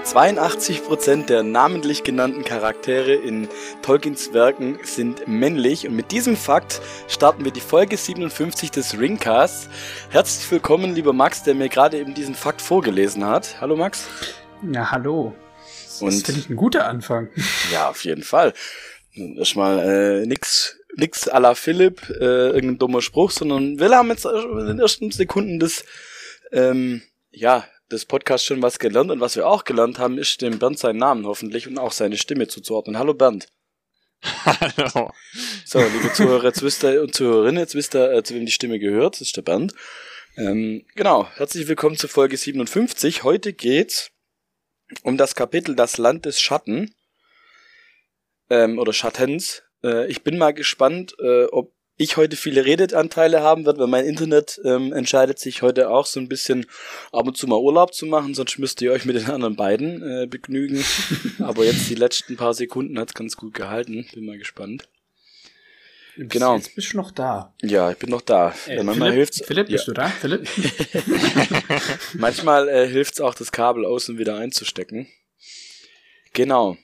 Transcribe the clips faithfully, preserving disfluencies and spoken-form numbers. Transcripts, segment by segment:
zweiundachtzig Prozent der namentlich genannten Charaktere in Tolkiens Werken sind männlich. Und mit diesem Fakt starten wir die Folge siebenundfünfzig des Ringcasts. Herzlich willkommen, lieber Max, der mir gerade eben diesen Fakt vorgelesen hat. Hallo Max. Ja, hallo. Das Und finde ich ein guter Anfang. Ja, auf jeden Fall. Erstmal äh, nix, nix à la Philipp, äh, irgendein dummer Spruch, sondern wir haben jetzt in den ersten Sekunden des, ähm, ja, des Podcasts schon was gelernt. Und was wir auch gelernt haben, ist dem Bernd seinen Namen hoffentlich und auch seine Stimme zuzuordnen. Hallo Bernd. Hallo. So, liebe Zuhörer jetzt wisst ihr, und Zuhörerinnen, jetzt wisst ihr, äh, zu wem die Stimme gehört. Das ist der Bernd. Ähm, genau, herzlich willkommen zu Folge siebenundfünfzig. Heute geht's um das Kapitel Das Land des Schatten. Ähm, oder Schattens. Äh, ich bin mal gespannt, äh, ob ich heute viele Redeanteile haben werde, weil mein Internet ähm, entscheidet sich heute auch so ein bisschen ab und zu mal Urlaub zu machen, sonst müsst ihr euch mit den anderen beiden äh, begnügen. Aber jetzt die letzten paar Sekunden hat's ganz gut gehalten. Bin mal gespannt. Bis Genau. Jetzt bist du noch da. Ja, ich bin noch da. Äh, ja, manchmal Philipp, hilft's. Philipp, ja. bist du da? Philipp? Manchmal äh, hilft's auch, das Kabel außen wieder einzustecken. Genau.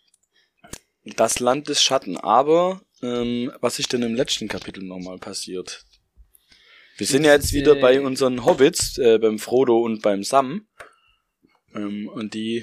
Das Land des Schatten. Aber ähm, was ist denn im letzten Kapitel nochmal passiert? Wir sind ja jetzt wieder bei unseren Hobbits, äh, beim Frodo und beim Sam. Ähm, und die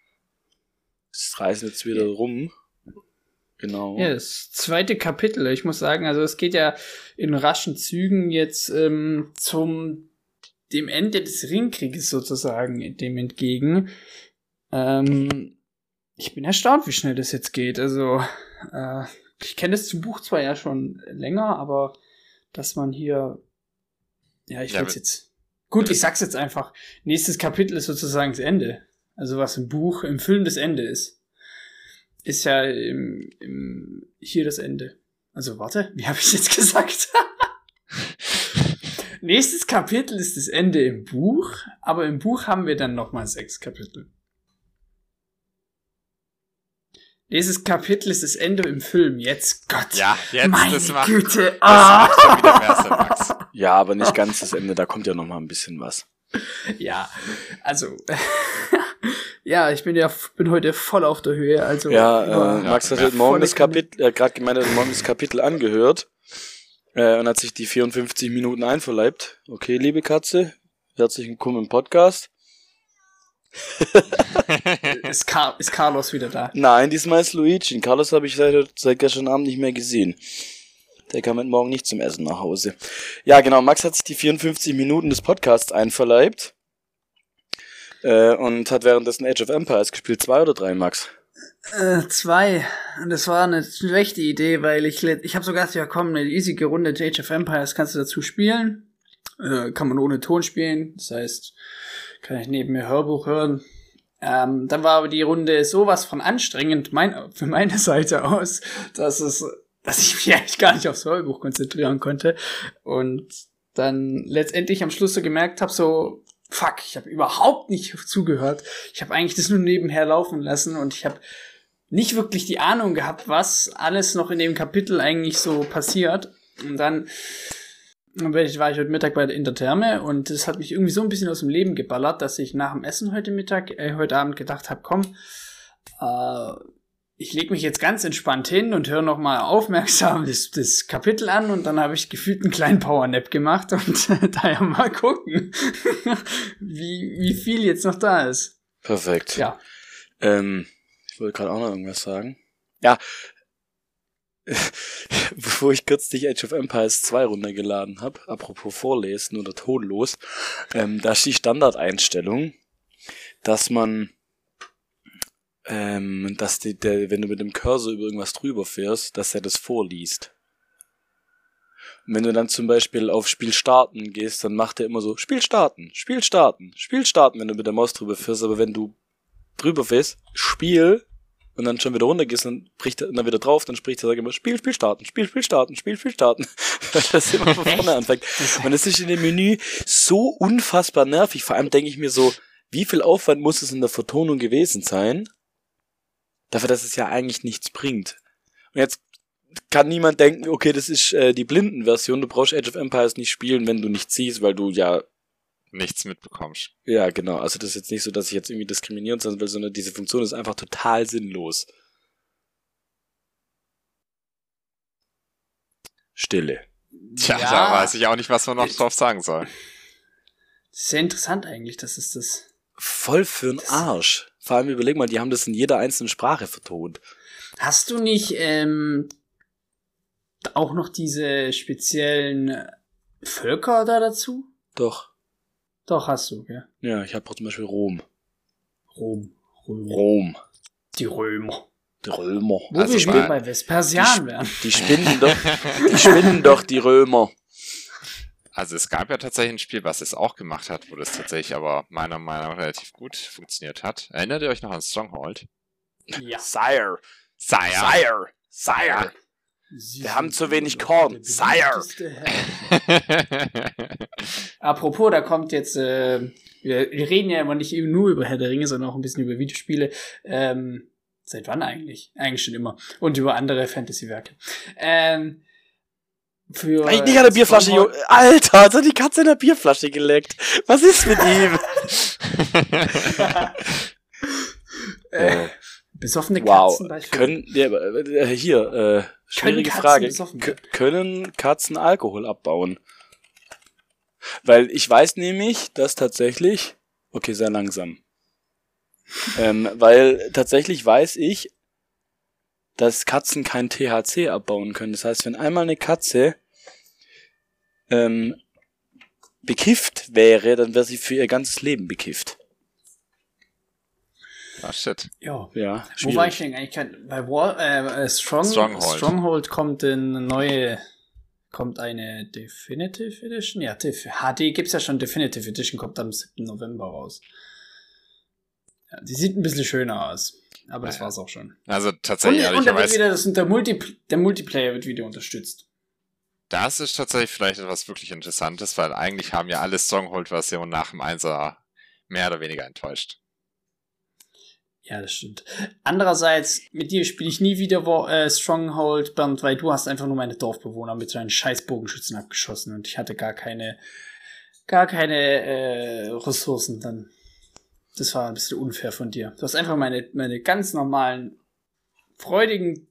reisen jetzt wieder rum. Genau. Ja, das zweite Kapitel. Ich muss sagen, also es geht ja in raschen Zügen jetzt ähm, zum dem Ende des Ringkrieges sozusagen dem entgegen. Ähm, ich bin erstaunt, wie schnell das jetzt geht. Also äh, ich kenne das zum Buch zwar ja schon länger, aber dass man hier, ja, ich Ja, will's jetzt, gut, ich sag's jetzt einfach, nächstes Kapitel ist sozusagen das Ende. Also was im Buch, im Film das Ende ist, ist ja im, im hier das Ende. Also warte, wie habe ich jetzt gesagt? Nächstes Kapitel ist das Ende im Buch, aber im Buch haben wir dann nochmal sechs Kapitel. Nächstes Kapitel ist das Ende im Film. Jetzt, Gott. Ja, jetzt, meine das macht, Güte. das Ah. macht schon wieder mehr Sinn, Max. Ja, aber nicht ganz das Ende, da kommt ja noch mal ein bisschen was. Ja, also ja, ich bin ja bin heute voll auf der Höhe. Also Ja, äh, ja, Max hat ja, heute Morgen volle das Kapitel, äh, gerade gemeint, er hat morgen das Kapitel angehört äh, und hat sich die vierundfünfzig Minuten einverleibt. Okay, liebe Katze, herzlich willkommen im Podcast. ist, Car- ist Carlos wieder da. Nein, diesmal ist Luigi. Carlos habe ich seit, seit gestern Abend nicht mehr gesehen. Der kam heute Morgen nicht zum Essen nach Hause. Ja, genau, Max hat sich die vierundfünfzig Minuten des Podcasts einverleibt äh, und hat währenddessen Age of Empires gespielt. Zwei oder drei, Max? Äh, zwei. Und das war eine schlechte Idee, weil ich ich habe so gedacht, ja komm, eine riesige Runde Age of Empires kannst du dazu spielen. Äh, kann man ohne Ton spielen. Das heißt, kann ich neben mir Hörbuch hören. Ähm, dann war aber die Runde sowas von anstrengend mein, für meine Seite aus, dass es, dass ich mich eigentlich gar nicht aufs Hörbuch konzentrieren konnte. Und dann letztendlich am Schluss so gemerkt habe, so, fuck, ich habe überhaupt nicht zugehört. Ich habe eigentlich das nur nebenher laufen lassen und ich habe nicht wirklich die Ahnung gehabt, was alles noch in dem Kapitel eigentlich so passiert. Und dann Dann war ich heute Mittag bei der in der Therme und das hat mich irgendwie so ein bisschen aus dem Leben geballert, dass ich nach dem Essen heute Mittag, äh, heute Abend gedacht habe, komm, äh, ich lege mich jetzt ganz entspannt hin und höre nochmal aufmerksam das, das Kapitel an und dann habe ich gefühlt einen kleinen Powernap gemacht und äh, daher mal gucken, wie, wie viel jetzt noch da ist. Perfekt. Ja. Ähm, ich wollte gerade auch noch irgendwas sagen. Ja, bevor ich kürzlich Age of Empires zwei runtergeladen habe, apropos vorlesen oder tonlos, ähm, da ist die Standardeinstellung, dass man, ähm, dass die, der, wenn du mit dem Cursor über irgendwas drüber fährst, dass er das vorliest. Und wenn du dann zum Beispiel auf Spiel starten gehst, dann macht er immer so, Spiel starten, Spiel starten, Spiel starten, wenn du mit der Maus drüber fährst, aber wenn du drüber fährst, Spiel, und dann schon wieder runtergehst, dann bricht er dann wieder drauf, dann spricht er, sag immer, Spiel, Spiel starten, Spiel, Spiel starten, Spiel, Spiel starten. Weil das immer von vorne anfängt. Und es ist in dem Menü so unfassbar nervig. Vor allem denke ich mir so, wie viel Aufwand muss es in der Vertonung gewesen sein, dafür, dass es ja eigentlich nichts bringt. Und jetzt kann niemand denken, okay, das ist äh, die Blindenversion, du brauchst Age of Empires nicht spielen, wenn du nicht siehst, weil du ja nichts mitbekommst. Ja, genau. Also das ist jetzt nicht so, dass ich jetzt irgendwie diskriminieren sein will, sondern diese Funktion ist einfach total sinnlos. Stille. Tja, Ja. da weiß ich auch nicht, was man noch drauf sagen soll. Sehr interessant eigentlich, das ist das. Voll für'n Arsch. Vor allem überleg mal, die haben das in jeder einzelnen Sprache vertont. Hast du nicht ähm, auch noch diese speziellen Völker da dazu? Doch. Doch, hast du, ja. Ja, ich habe auch zum Beispiel Rom. Rom. Römer. Rom. Die Römer. Die Römer. Wo Also wir ich wieder mein- bei Vespasian die, wären. Die spinnen doch, die spinnen doch, die Römer. Also es gab ja tatsächlich ein Spiel, was es auch gemacht hat, wo das tatsächlich aber meiner Meinung nach relativ gut funktioniert hat. Erinnert ihr euch noch an Stronghold? Ja. Sire. Sire! Sire. Sire. Wir haben zu wenig Korn. Sire. Apropos, da kommt jetzt, äh, wir, wir reden ja immer nicht eben nur über Herr der Ringe, sondern auch ein bisschen über Videospiele. Ähm, seit wann eigentlich? Eigentlich schon immer. Und über andere Fantasy-Werke. Ähm, für Nein, nicht an der Bierflasche, Stronghold- Junge. Alter, hat er die Katze in der Bierflasche geleckt. Was ist mit ihm? äh, besoffene Wow. Katzen bei Filmen. Können, ja, äh, hier, äh, schwierige Katzen Frage. besoffen K werden? können Katzen Alkohol abbauen? Weil ich weiß nämlich, dass tatsächlich, okay, sehr langsam. ähm, weil tatsächlich weiß ich, dass Katzen kein T H C abbauen können. Das heißt, wenn einmal eine Katze ähm, bekifft wäre, dann wäre sie für ihr ganzes Leben bekifft. Ah, shit. Ja. Ja, Wo war ich denn eigentlich? Kein- Bei War, äh, äh, Strong, Stronghold. Stronghold kommt eine neue, kommt eine Definitive Edition? Ja, Def H D gibt's ja schon, Definitive Edition kommt am siebten November raus. Ja, die sieht ein bisschen schöner aus. Aber das Ja. war's auch schon. Also Und, tatsächlich, und da wird ehrlicherweise, wieder, das, der, Multi der Multiplayer wird wieder unterstützt. das ist tatsächlich vielleicht etwas wirklich Interessantes, weil eigentlich haben ja alle Stronghold-Versionen nach dem Einser mehr oder weniger enttäuscht. Ja, das stimmt. Andererseits, mit dir spiele ich nie wieder War, äh, Stronghold, Bernd, weil du hast einfach nur meine Dorfbewohner mit deinen scheiß Bogenschützen abgeschossen und ich hatte gar keine, gar keine äh, Ressourcen dann. Das war ein bisschen unfair von dir. Du hast einfach meine, meine ganz normalen, freudigen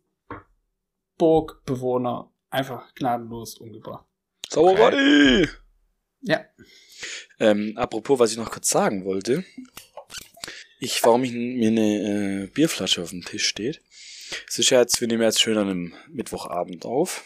Burgbewohner einfach gnadenlos umgebracht. Sauerei! Ja. Ähm, apropos, was ich noch kurz sagen wollte. Ich, warum ich, mir eine äh, Bierflasche auf dem Tisch steht. Es ist ja jetzt, wir nehmen jetzt schön an einem Mittwochabend auf.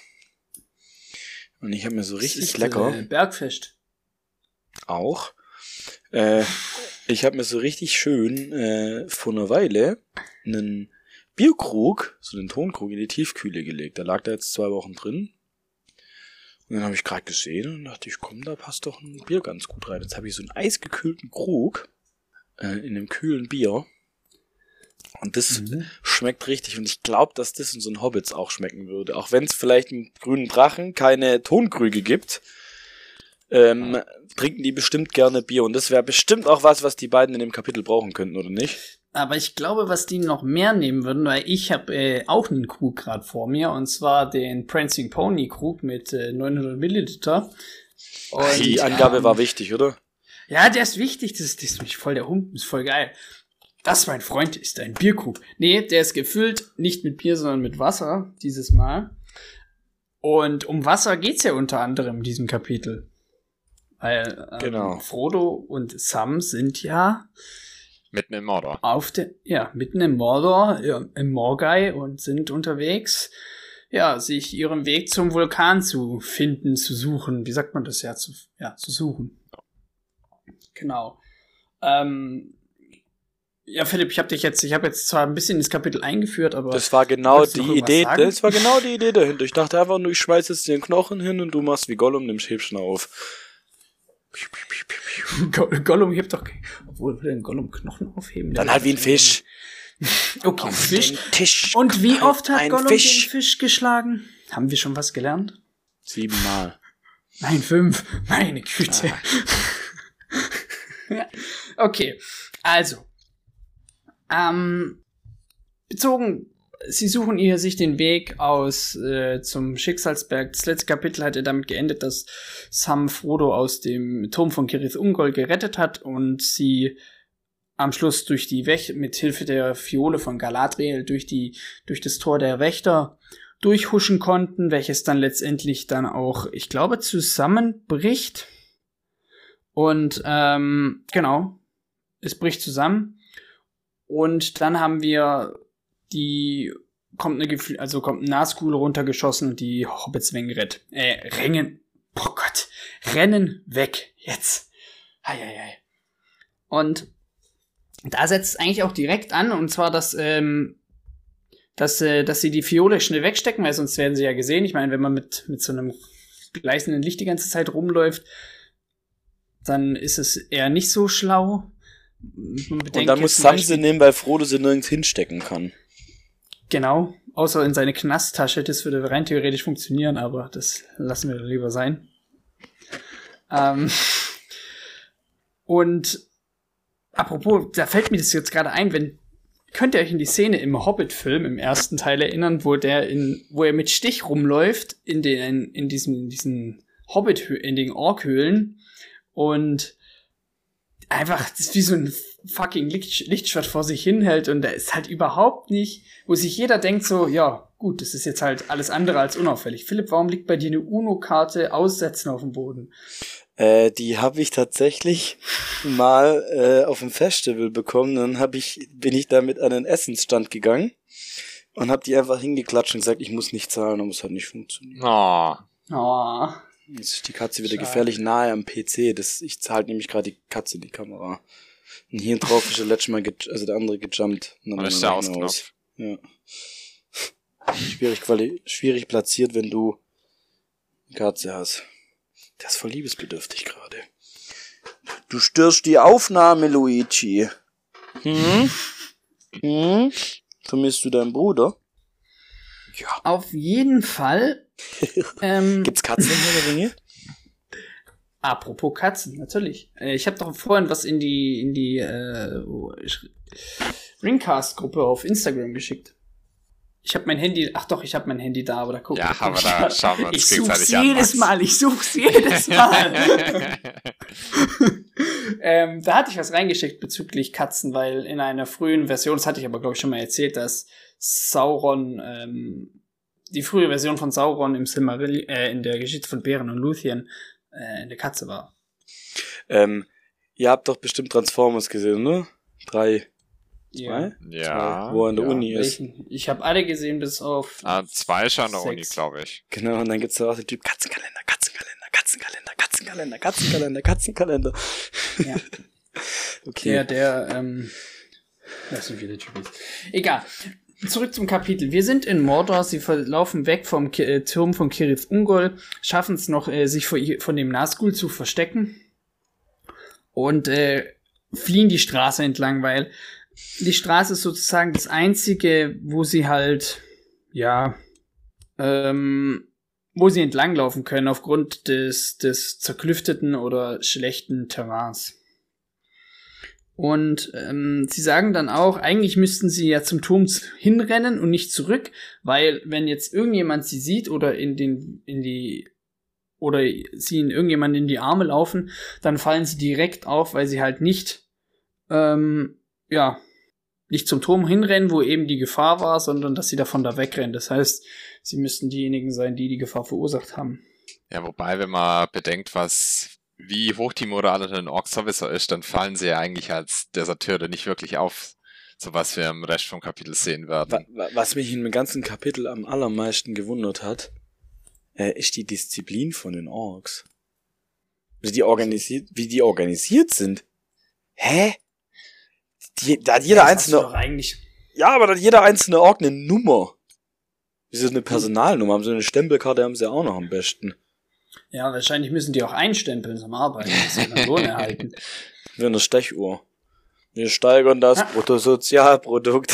Und ich habe mir so richtig Das ist, lecker, Äh, Bergfest. auch, äh, ich habe mir so richtig schön äh, vor einer Weile einen Bierkrug, so einen Tonkrug in die Tiefkühle gelegt. Da lag da jetzt zwei Wochen drin. Und dann habe ich gerade gesehen und dachte ich, komm, da passt doch ein Bier ganz gut rein. Jetzt habe ich so einen eisgekühlten Krug äh, in einem kühlen Bier. Und das Mhm. schmeckt richtig. Und ich glaube, dass das in so einen Hobbits auch schmecken würde. Auch wenn es vielleicht im grünen Drachen keine Tonkrüge gibt, ähm, trinken die bestimmt gerne Bier. Und das wäre bestimmt auch was, was die beiden in dem Kapitel brauchen könnten, oder nicht? Aber ich glaube, was die noch mehr nehmen würden, weil ich habe äh, auch einen Krug gerade vor mir, und zwar den Prancing Pony Krug mit äh, neunhundert Milliliter. Und, Die Angabe ähm, war wichtig, oder? Ja, der ist wichtig, das ist, das ist nämlich voll der Humpen, ist voll geil. Das, mein Freund, ist ein Bierkrug. Nee, der ist gefüllt, nicht mit Bier, sondern mit Wasser, dieses Mal. Und um Wasser geht's ja unter anderem in diesem Kapitel. Weil ähm, Genau. Frodo und Sam sind ja Mitten im Mordor. auf der, ja, mitten im Mordor, ja, im Morgai, und sind unterwegs, ja, sich ihren Weg zum Vulkan zu finden, zu suchen. Wie sagt man das ja? Zu, ja, zu suchen. Genau. Ähm, ja, Philipp, ich habe dich jetzt, ich habe jetzt zwar ein bisschen ins Kapitel eingeführt, aber Das war genau Wolltest du die noch irgendwas Idee, sagen? das war genau die Idee dahinter. Ich dachte einfach nur, ich schmeiß jetzt den Knochen hin und du machst wie Gollum, nimmst Häbchen auf. Go Gollum hebt doch, kein- obwohl würde ein Gollum Knochen aufheben? Dann halt wie ein Fisch. Okay, Auf Fisch. den Tisch. Und wie oft hat ein Gollum Fisch. den Fisch geschlagen? Haben wir schon was gelernt? Siebenmal. Nein, fünf. Meine Güte. Ja. Okay, also. Ähm, bezogen sie suchen ihr sich den Weg aus äh, zum Schicksalsberg. Das letzte Kapitel hatte damit geendet, dass Sam Frodo aus dem Turm von Cirith Ungol gerettet hat und sie am Schluss durch die Wächter, mit Hilfe der Fiole von Galadriel durch die, durch das Tor der Wächter durchhuschen konnten, welches dann letztendlich dann auch, ich glaube, zusammenbricht. Und, ähm, genau, es bricht zusammen. Und dann haben wir die, kommt eine, also kommt ein Nazgul runtergeschossen und die Hobbits weggerettet. Äh, rennen, oh Gott, rennen weg, jetzt. Hei, hei, hei. Und da setzt es eigentlich auch direkt an, und zwar, dass, ähm, dass, äh, dass sie die Fiole schnell wegstecken, weil sonst werden sie ja gesehen. Ich meine, wenn man mit, mit so einem gleißenden Licht die ganze Zeit rumläuft, dann ist es eher nicht so schlau. Bedenkt, und dann muss Sam sie nehmen, weil Frodo sie nirgends hinstecken kann. Genau, außer in seine Knasttasche. Das würde rein theoretisch funktionieren, aber das lassen wir lieber sein. Ähm, und apropos, da fällt mir das jetzt gerade ein, wenn könnt ihr euch in die Szene im Hobbit-Film im ersten Teil erinnern, wo der in, wo er mit Stich rumläuft in den, in diesen, in diesen Hobbit, in den Orkhöhlen und einfach, das ist wie so ein fucking Licht, Lichtschwert vor sich hinhält und da ist halt überhaupt nicht, wo sich jeder denkt so, ja, gut, das ist jetzt halt alles andere als unauffällig. Philipp, warum liegt bei dir eine UNO-Karte Aussetzen auf dem Boden? Äh, die habe ich tatsächlich mal äh, auf dem Festival bekommen. Dann hab ich, bin ich da mit an den Essensstand gegangen und habe die einfach hingeklatscht und gesagt, ich muss nicht zahlen, aber es hat nicht funktioniert. Oh. Oh. Jetzt ist die Katze wieder Schade. gefährlich nahe am P C. Das, ich zahle nämlich gerade die Katze in die Kamera. Und hier drauf ist der letzte Mal, ge- also der andere gejumpt. Und dann ist der Ausknopf. Ja. Schwierig, quali- schwierig platziert, wenn du eine Katze hast. Der ist voll liebesbedürftig gerade. Du störst die Aufnahme, Luigi. Hm? Hm? Vermisst du deinen Bruder? Ja. Auf jeden Fall. ähm, Gibt's Katzen in Herr der Ringe? Apropos Katzen, natürlich. Äh, ich habe doch vorhin was in die in die äh, Ringcast-Gruppe auf Instagram geschickt. Ich habe mein Handy, ach doch, ich habe mein Handy da, aber da guck Ja, da aber da schauen wir uns ich gegenseitig such's an, jedes Max. Mal, ich such's jedes Mal. ähm, da hatte ich was reingeschickt bezüglich Katzen, weil in einer frühen Version, das hatte ich aber glaube ich schon mal erzählt, dass Sauron, ähm, die frühe Version von Sauron im Silmarillion, äh, in der Geschichte von Beren und Luthien, äh, eine Katze war. Ähm, ihr habt doch bestimmt Transformers gesehen, ne? Drei. Ja. Zwei? Ja. Zwei, wo er in der ja. Uni ist. Welchen? Ich habe alle gesehen, bis auf Ah, zwei ist schon an der Uni, sechs. glaube ich. Genau, und dann gibt's da auch den Typ Katzenkalender, Katzenkalender, Katzenkalender, Katzenkalender, Katzenkalender, Katzenkalender. Ja. Okay. Der, der, ähm, weiß nicht, wie der Typ ist. Egal. Zurück zum Kapitel. Wir sind in Mordor, sie laufen weg vom Ki- äh, Turm von Cirith Ungol, schaffen es noch, äh, sich vor, von dem Nazgul zu verstecken und äh, fliehen die Straße entlang, weil die Straße ist sozusagen das einzige, wo sie halt, ja, ähm, wo sie entlanglaufen können aufgrund des, des zerklüfteten oder schlechten Terrains. Und ähm, sie sagen dann auch, eigentlich müssten sie ja zum Turm hinrennen und nicht zurück, weil wenn jetzt irgendjemand sie sieht oder in den in die oder sie in irgendjemand in die Arme laufen, dann fallen sie direkt auf, weil sie halt nicht ähm, ja nicht zum Turm hinrennen, wo eben die Gefahr war, sondern dass sie davon da wegrennen. Das heißt, sie müssten diejenigen sein, die die Gefahr verursacht haben. Ja, wobei, wenn man bedenkt, was wie hoch die Moral unter den Orks sowieso ist, dann fallen sie ja eigentlich als Deserteure nicht wirklich auf, so was wir im Rest vom Kapitel sehen werden. Wa- wa- Was mich in dem ganzen Kapitel am allermeisten gewundert hat, äh, ist die Disziplin von den Orks. Wie die organisiert, wie die organisiert sind. Hä? Die, da hat jeder Das hast einzelne, du doch eigentlich. ja, aber da hat jeder einzelne Ork eine Nummer. Das ist eine Personalnummer, haben sie eine Stempelkarte, haben sie auch noch am besten. Ja, wahrscheinlich müssen die auch einstempeln zum Arbeiten, dass sie einen Lohn erhalten. Wie eine Stechuhr. Wir steigern das Ah. Bruttosozialprodukt.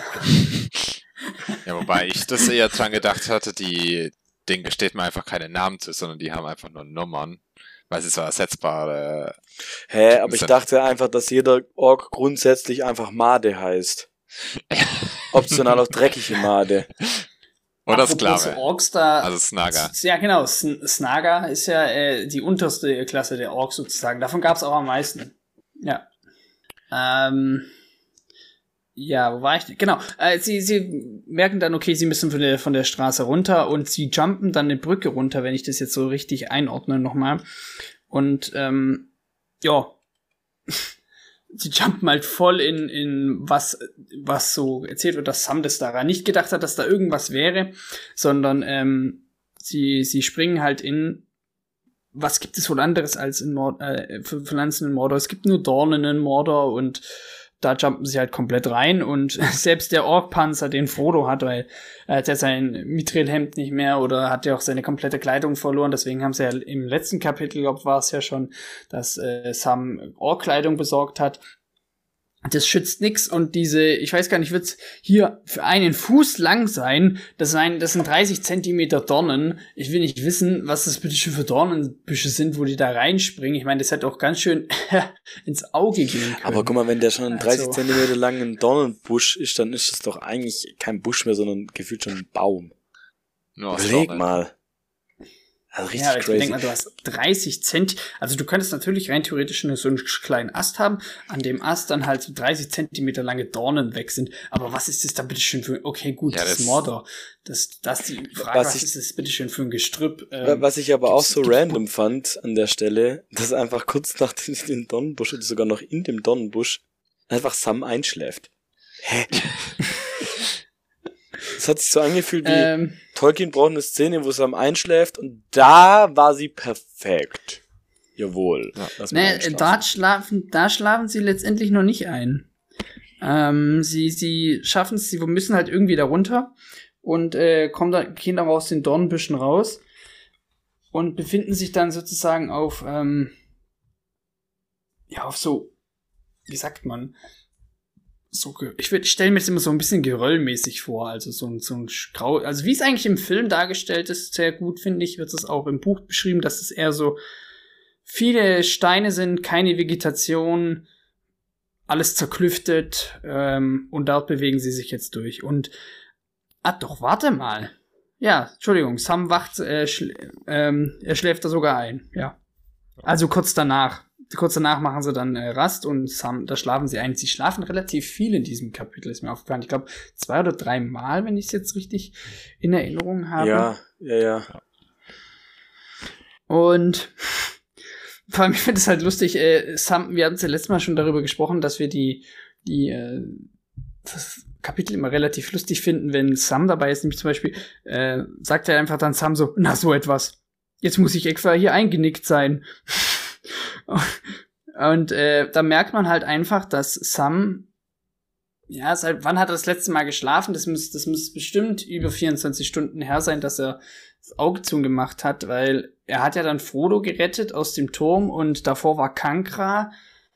Ja, wobei ich das eher dran gedacht hatte, die denen gesteht man einfach keine Namen zu, sondern die haben einfach nur Nummern, weil sie so ersetzbare... Hä, aber ich dachte einfach, dass jeder Ork grundsätzlich einfach Made heißt. optional auch dreckige Made. Oder Apropos Sklave. Orks da, Also Snaga. Ja, genau. Sn- Snaga ist ja äh, die unterste Klasse der Orks sozusagen. Davon gab es auch am meisten. Ja. Ähm, ja, wo war ich denn? Genau. Äh, sie, sie merken dann, okay, sie müssen von der, von der Straße runter und sie jumpen dann eine Brücke runter, wenn ich das jetzt so richtig einordne nochmal. Und ähm, ja, sie jumpen halt voll in, in was, was so erzählt wird, dass Sam das daran nicht gedacht hat, dass da irgendwas wäre, sondern ähm, sie, sie springen halt in, was gibt es wohl anderes als in Mord, äh, Pflanzen in Mordor? Es gibt nur Dornen in Mordor und da jumpen sie halt komplett rein und selbst der Ork-Panzer, den Frodo hat, weil er hat ja sein Mithril-Hemd nicht mehr oder hat ja auch seine komplette Kleidung verloren, deswegen haben sie ja im letzten Kapitel, glaube ich, war es ja schon, dass äh, Sam Ork-Kleidung besorgt hat. Das schützt nix und diese, ich weiß gar nicht, wird's hier für einen Fuß lang sein, das sind, das sind dreißig Zentimeter Dornen. Ich will nicht wissen, was das bitte schon für Dornenbüsche sind, wo die da reinspringen. Ich meine, das hätte auch ganz schön ins Auge gehen können. Aber guck mal, wenn der schon einen dreißig Also- Zentimeter langen Dornenbusch ist, dann ist es doch eigentlich kein Busch mehr, sondern gefühlt schon ein Baum. Nur aus Überleg Dornen. mal. Also richtig Ja, aber ich crazy. denke mal, du hast dreißig Zent, also du könntest natürlich rein theoretisch nur so einen kleinen Ast haben, an dem Ast dann halt so dreißig Zentimeter lange Dornen weg sind. Aber was ist das da bitteschön für, okay, gut, Ja, das ist das- Mordor. Das, das ist die Frage, Was was, ich- ist das bitteschön für ein Gestrüpp? Wa- Ähm, Was ich aber auch gibt's- so gibt's- random fand an der Stelle, dass einfach kurz nach dem dem Dornenbusch oder sogar noch in dem Dornenbusch einfach Sam einschläft. Hä? Das hat sich so angefühlt wie ähm, Tolkien braucht eine Szene, wo Sam einschläft und da war sie perfekt. Jawohl. Lass mal ne, einschlafen. da schlafen, da schlafen sie letztendlich noch nicht ein. Ähm, sie, sie schaffen es, sie müssen halt irgendwie da runter und äh, kommen da, gehen da aus den Dornbüschen raus und befinden sich dann sozusagen auf, ähm, ja, auf so, wie sagt man, so, ge- ich, würd- ich stelle mir das immer so ein bisschen geröllmäßig vor, also so ein, so ein Grau, also wie es eigentlich im Film dargestellt ist, sehr gut, finde ich, wird es auch im Buch beschrieben, dass es eher so viele Steine sind, keine Vegetation, alles zerklüftet, ähm, und dort bewegen sie sich jetzt durch. Und, ah doch, warte mal. Ja, Entschuldigung, Sam wacht, äh, schl ähm, er schläft da sogar ein, ja. Also kurz danach. Kurz danach machen sie dann äh, Rast und Sam, da schlafen sie ein. Sie schlafen relativ viel in diesem Kapitel, ist mir aufgefallen. Ich glaube, zwei oder drei Mal, wenn ich es jetzt richtig in Erinnerung habe. Ja, ja, ja. Und vor allem, ich finde es halt lustig, äh, Sam, wir hatten es ja letztes Mal schon darüber gesprochen, dass wir die, die äh, das Kapitel immer relativ lustig finden, wenn Sam dabei ist, nämlich zum Beispiel, äh, sagt er einfach dann Sam so, na, so etwas. Jetzt muss ich extra hier eingenickt sein. Und äh, da merkt man halt einfach, dass Sam, ja, seit wann hat er das letzte Mal geschlafen? Das muss, das muss bestimmt über vierundzwanzig Stunden her sein, dass er das Auge zugemacht hat, weil er hat ja dann Frodo gerettet aus dem Turm und davor war Kankra.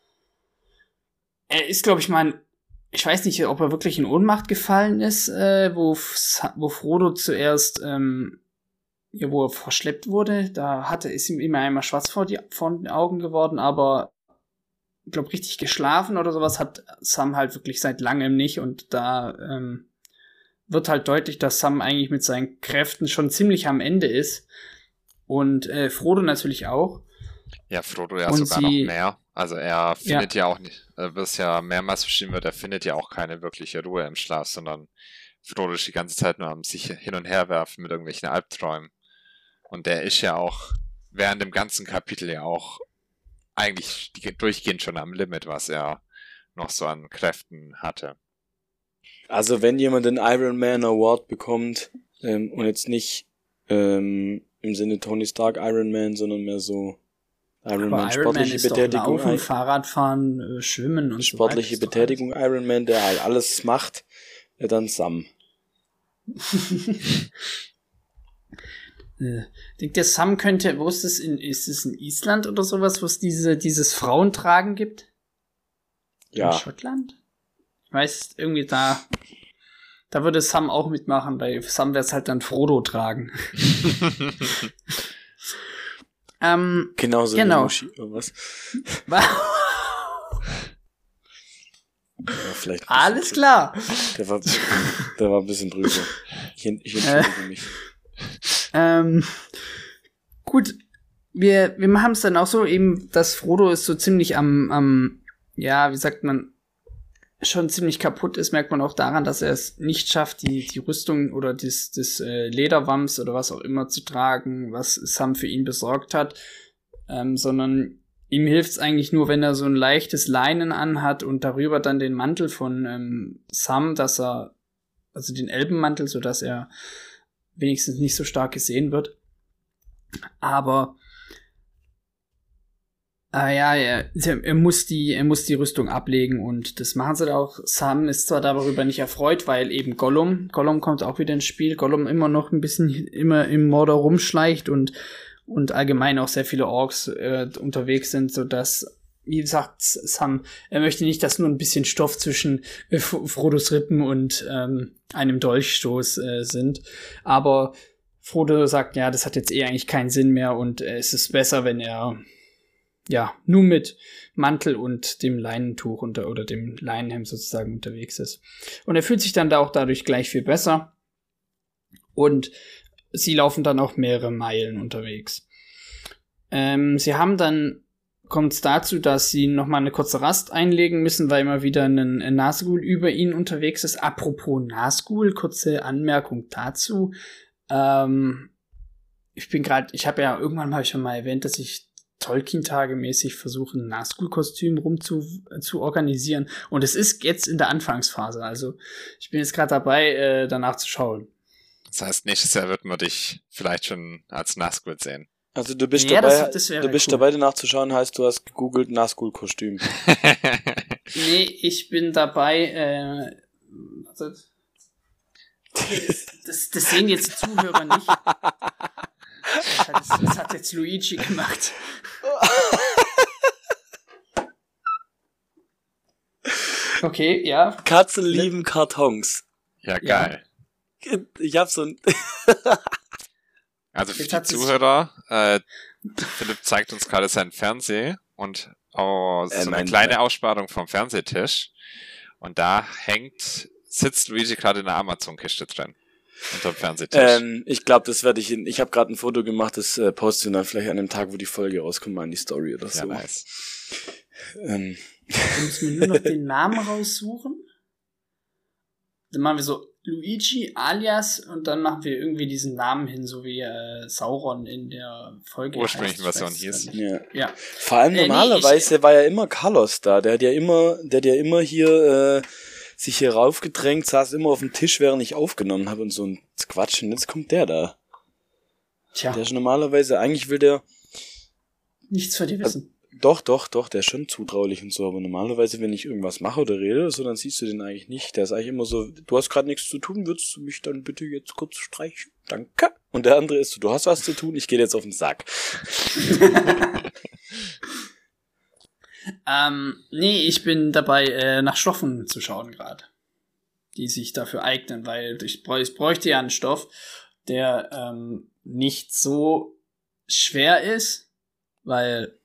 Er ist, glaube ich, mal, ich weiß nicht, ob er wirklich in Ohnmacht gefallen ist, äh, wo, wo Frodo zuerst, ähm, ja, wo er verschleppt wurde. Da hatte, ist ihm immer einmal schwarz vor, die, vor den Augen geworden, aber ich glaube, richtig geschlafen oder sowas hat Sam halt wirklich seit langem nicht und da ähm, wird halt deutlich, dass Sam eigentlich mit seinen Kräften schon ziemlich am Ende ist und äh, Frodo natürlich auch. Ja, Frodo ja Und sogar sie- noch mehr. Also er findet ja, auch nicht, äh, was ja mehrmals beschrieben wird, er findet ja auch keine wirkliche Ruhe im Schlaf, sondern Frodo ist die ganze Zeit nur am sich hin und her werfen mit irgendwelchen Albträumen. Und der ist ja auch während dem ganzen Kapitel ja auch eigentlich die- durchgehend schon am Limit, was er noch so an Kräften hatte. Also wenn jemand den Iron Man Award bekommt, ähm, und jetzt nicht ähm, im Sinne Tony Stark Iron Man, sondern mehr so Iron Man Aber Iron Man sportliche ist doch Betätigung, Laufen, ein- Fahrradfahren, äh, Schwimmen und sportliche so weiter. Betätigung Iron Man, der halt alles macht, ja, dann Sam. Äh, denkt ihr, Sam könnte, wo ist das in, ist es in Island oder sowas, wo es diese, dieses Frauentragen gibt? In Ja, Schottland? Ich weiß, irgendwie da, da würde Sam auch mitmachen, bei Sam wäre es halt dann Frodo tragen. ähm, genauso Genau. wie Mushi oder was. vielleicht. Alles klar. Der war, der war ein bisschen drüber. Ich, ich entschuldige äh, mich. Ähm, gut, wir, wir haben es dann auch so eben, dass Frodo ist so ziemlich am, am, ja, wie sagt man, schon ziemlich kaputt ist, merkt man auch daran, dass er es nicht schafft, die, die Rüstung oder das, das äh, Lederwams oder was auch immer zu tragen, was Sam für ihn besorgt hat, ähm, sondern ihm hilft es eigentlich nur, wenn er so ein leichtes Leinen anhat und darüber dann den Mantel von ähm, Sam, dass er, also den Elbenmantel, sodass er wenigstens nicht so stark gesehen wird. Aber Ah ja, ja, er muss die, er muss die Rüstung ablegen und das machen sie da auch. Sam ist zwar darüber nicht erfreut, weil eben Gollum, Gollum kommt auch wieder ins Spiel, Gollum immer noch ein bisschen immer im Mordor rumschleicht und und allgemein auch sehr viele Orks äh, unterwegs sind, so dass, wie gesagt, Sam, er möchte nicht, dass nur ein bisschen Stoff zwischen äh, Frodos Rippen und ähm, einem Dolchstoß äh, sind, aber Frodo sagt, ja, das hat jetzt eh eigentlich keinen Sinn mehr und äh, es ist besser, wenn er ja, nur mit Mantel und dem Leinentuch unter, oder dem Leinenhemd sozusagen unterwegs ist. Und er fühlt sich dann da auch dadurch gleich viel besser. Und sie laufen dann auch mehrere Meilen unterwegs. Ähm, sie haben dann, kommt es dazu, dass sie nochmal eine kurze Rast einlegen müssen, weil immer wieder ein, ein Nazgul über ihnen unterwegs ist. Apropos Nazgul, kurze Anmerkung dazu. Ähm, ich bin gerade, ich habe ja irgendwann mal schon mal erwähnt, dass ich Tolkien-Tage-mäßig versuchen, ein Nazgul-Kostüm rum zu, äh, zu organisieren. Und es ist jetzt in der Anfangsphase. Also ich bin jetzt gerade dabei, äh, danach zu schauen. Das heißt, nächstes Jahr wird man dich vielleicht schon als Nazgul sehen. Also du bist ja, dabei, das, das du bist cool. dabei, danach zu schauen, heißt, du hast gegoogelt Nazgul-Kostüm. Nee, ich bin dabei, äh, das, das, das sehen jetzt die Zuhörer nicht. Das hat, das hat jetzt Luigi gemacht. Okay, ja. Katzen lieben Kartons. Ja, geil. Ja. Ich hab so ein... Also für die Zuhörer, äh, Philipp zeigt uns gerade sein Fernseh und oh, so äh, eine kleine Aussparung vom Fernsehtisch. Und da hängt, sitzt Luigi gerade in der Amazon-Kiste drin. Unterm Fernsehtisch. Ähm, ich glaube, das werde ich in, ich habe gerade ein Foto gemacht, das äh, poste ich dann vielleicht an dem Tag, wo die Folge rauskommt, mal in die Story oder so. Ja, nice. Ähm. Dann müssen wir nur noch den Namen raussuchen. Dann machen wir so Luigi alias und dann machen wir irgendwie diesen Namen hin, so wie äh, Sauron in der Folge ursprünglichen Version hieß. Ja. ja. Vor allem äh, normalerweise nee, ich, war ja immer Carlos da, der hat ja immer, der hat ja immer hier äh, sich hier raufgedrängt, saß immer auf dem Tisch, während ich aufgenommen habe und so ein Quatsch. Und jetzt kommt der da. Tja. Der ist normalerweise, eigentlich will der... Nichts von dir wissen. Also, doch, doch, doch, der ist schon zutraulich und so, aber normalerweise, wenn ich irgendwas mache oder rede oder so, dann siehst du den eigentlich nicht. Der ist eigentlich immer so, du hast gerade nichts zu tun, würdest du mich dann bitte jetzt kurz streichen? Danke. Und der andere ist so, du hast was zu tun, ich gehe jetzt auf den Sack. Ähm, nee, ich bin dabei, äh, nach Stoffen zu schauen gerade, die sich dafür eignen, weil ich, bräuch, ich bräuchte ja einen Stoff, der ähm, nicht so schwer ist, weil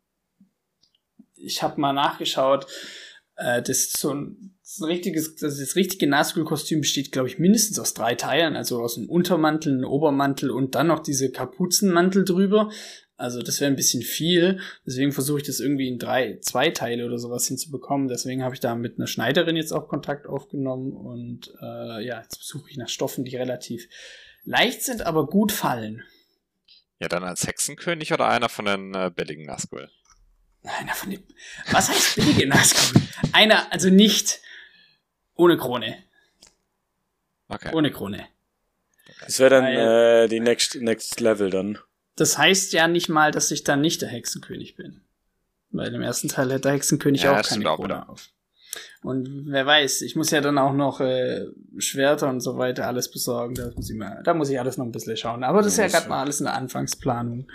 ich habe mal nachgeschaut, äh, das ist so ein, das ist ein richtiges, das, das richtige Nazgul-Kostüm besteht, glaube ich, mindestens aus drei Teilen, also aus einem Untermantel, einem Obermantel und dann noch diese Kapuzenmantel drüber. Also das wäre ein bisschen viel, deswegen versuche ich das irgendwie in drei, zwei Teile oder sowas hinzubekommen. Deswegen habe ich da mit einer Schneiderin jetzt auch Kontakt aufgenommen und äh, ja, jetzt suche ich nach Stoffen, die relativ leicht sind, aber gut fallen. Ja, dann als Hexenkönig oder einer von den äh, billigen Nazgul? Einer von den... Was heißt billige Nazgul? Einer, also nicht ohne Krone. Okay. Ohne Krone. Das wäre dann Weil, äh, die next, next Level dann. Das heißt ja nicht mal, dass ich dann nicht der Hexenkönig bin. Weil im ersten Teil hat der Hexenkönig ja, auch keine Krone auf. Und wer weiß, ich muss ja dann auch noch äh, Schwerter und so weiter alles besorgen. Da muss ich, mal, da muss ich alles noch ein bisschen schauen. Aber das ja, ist ja gerade mal alles in der Anfangsplanung.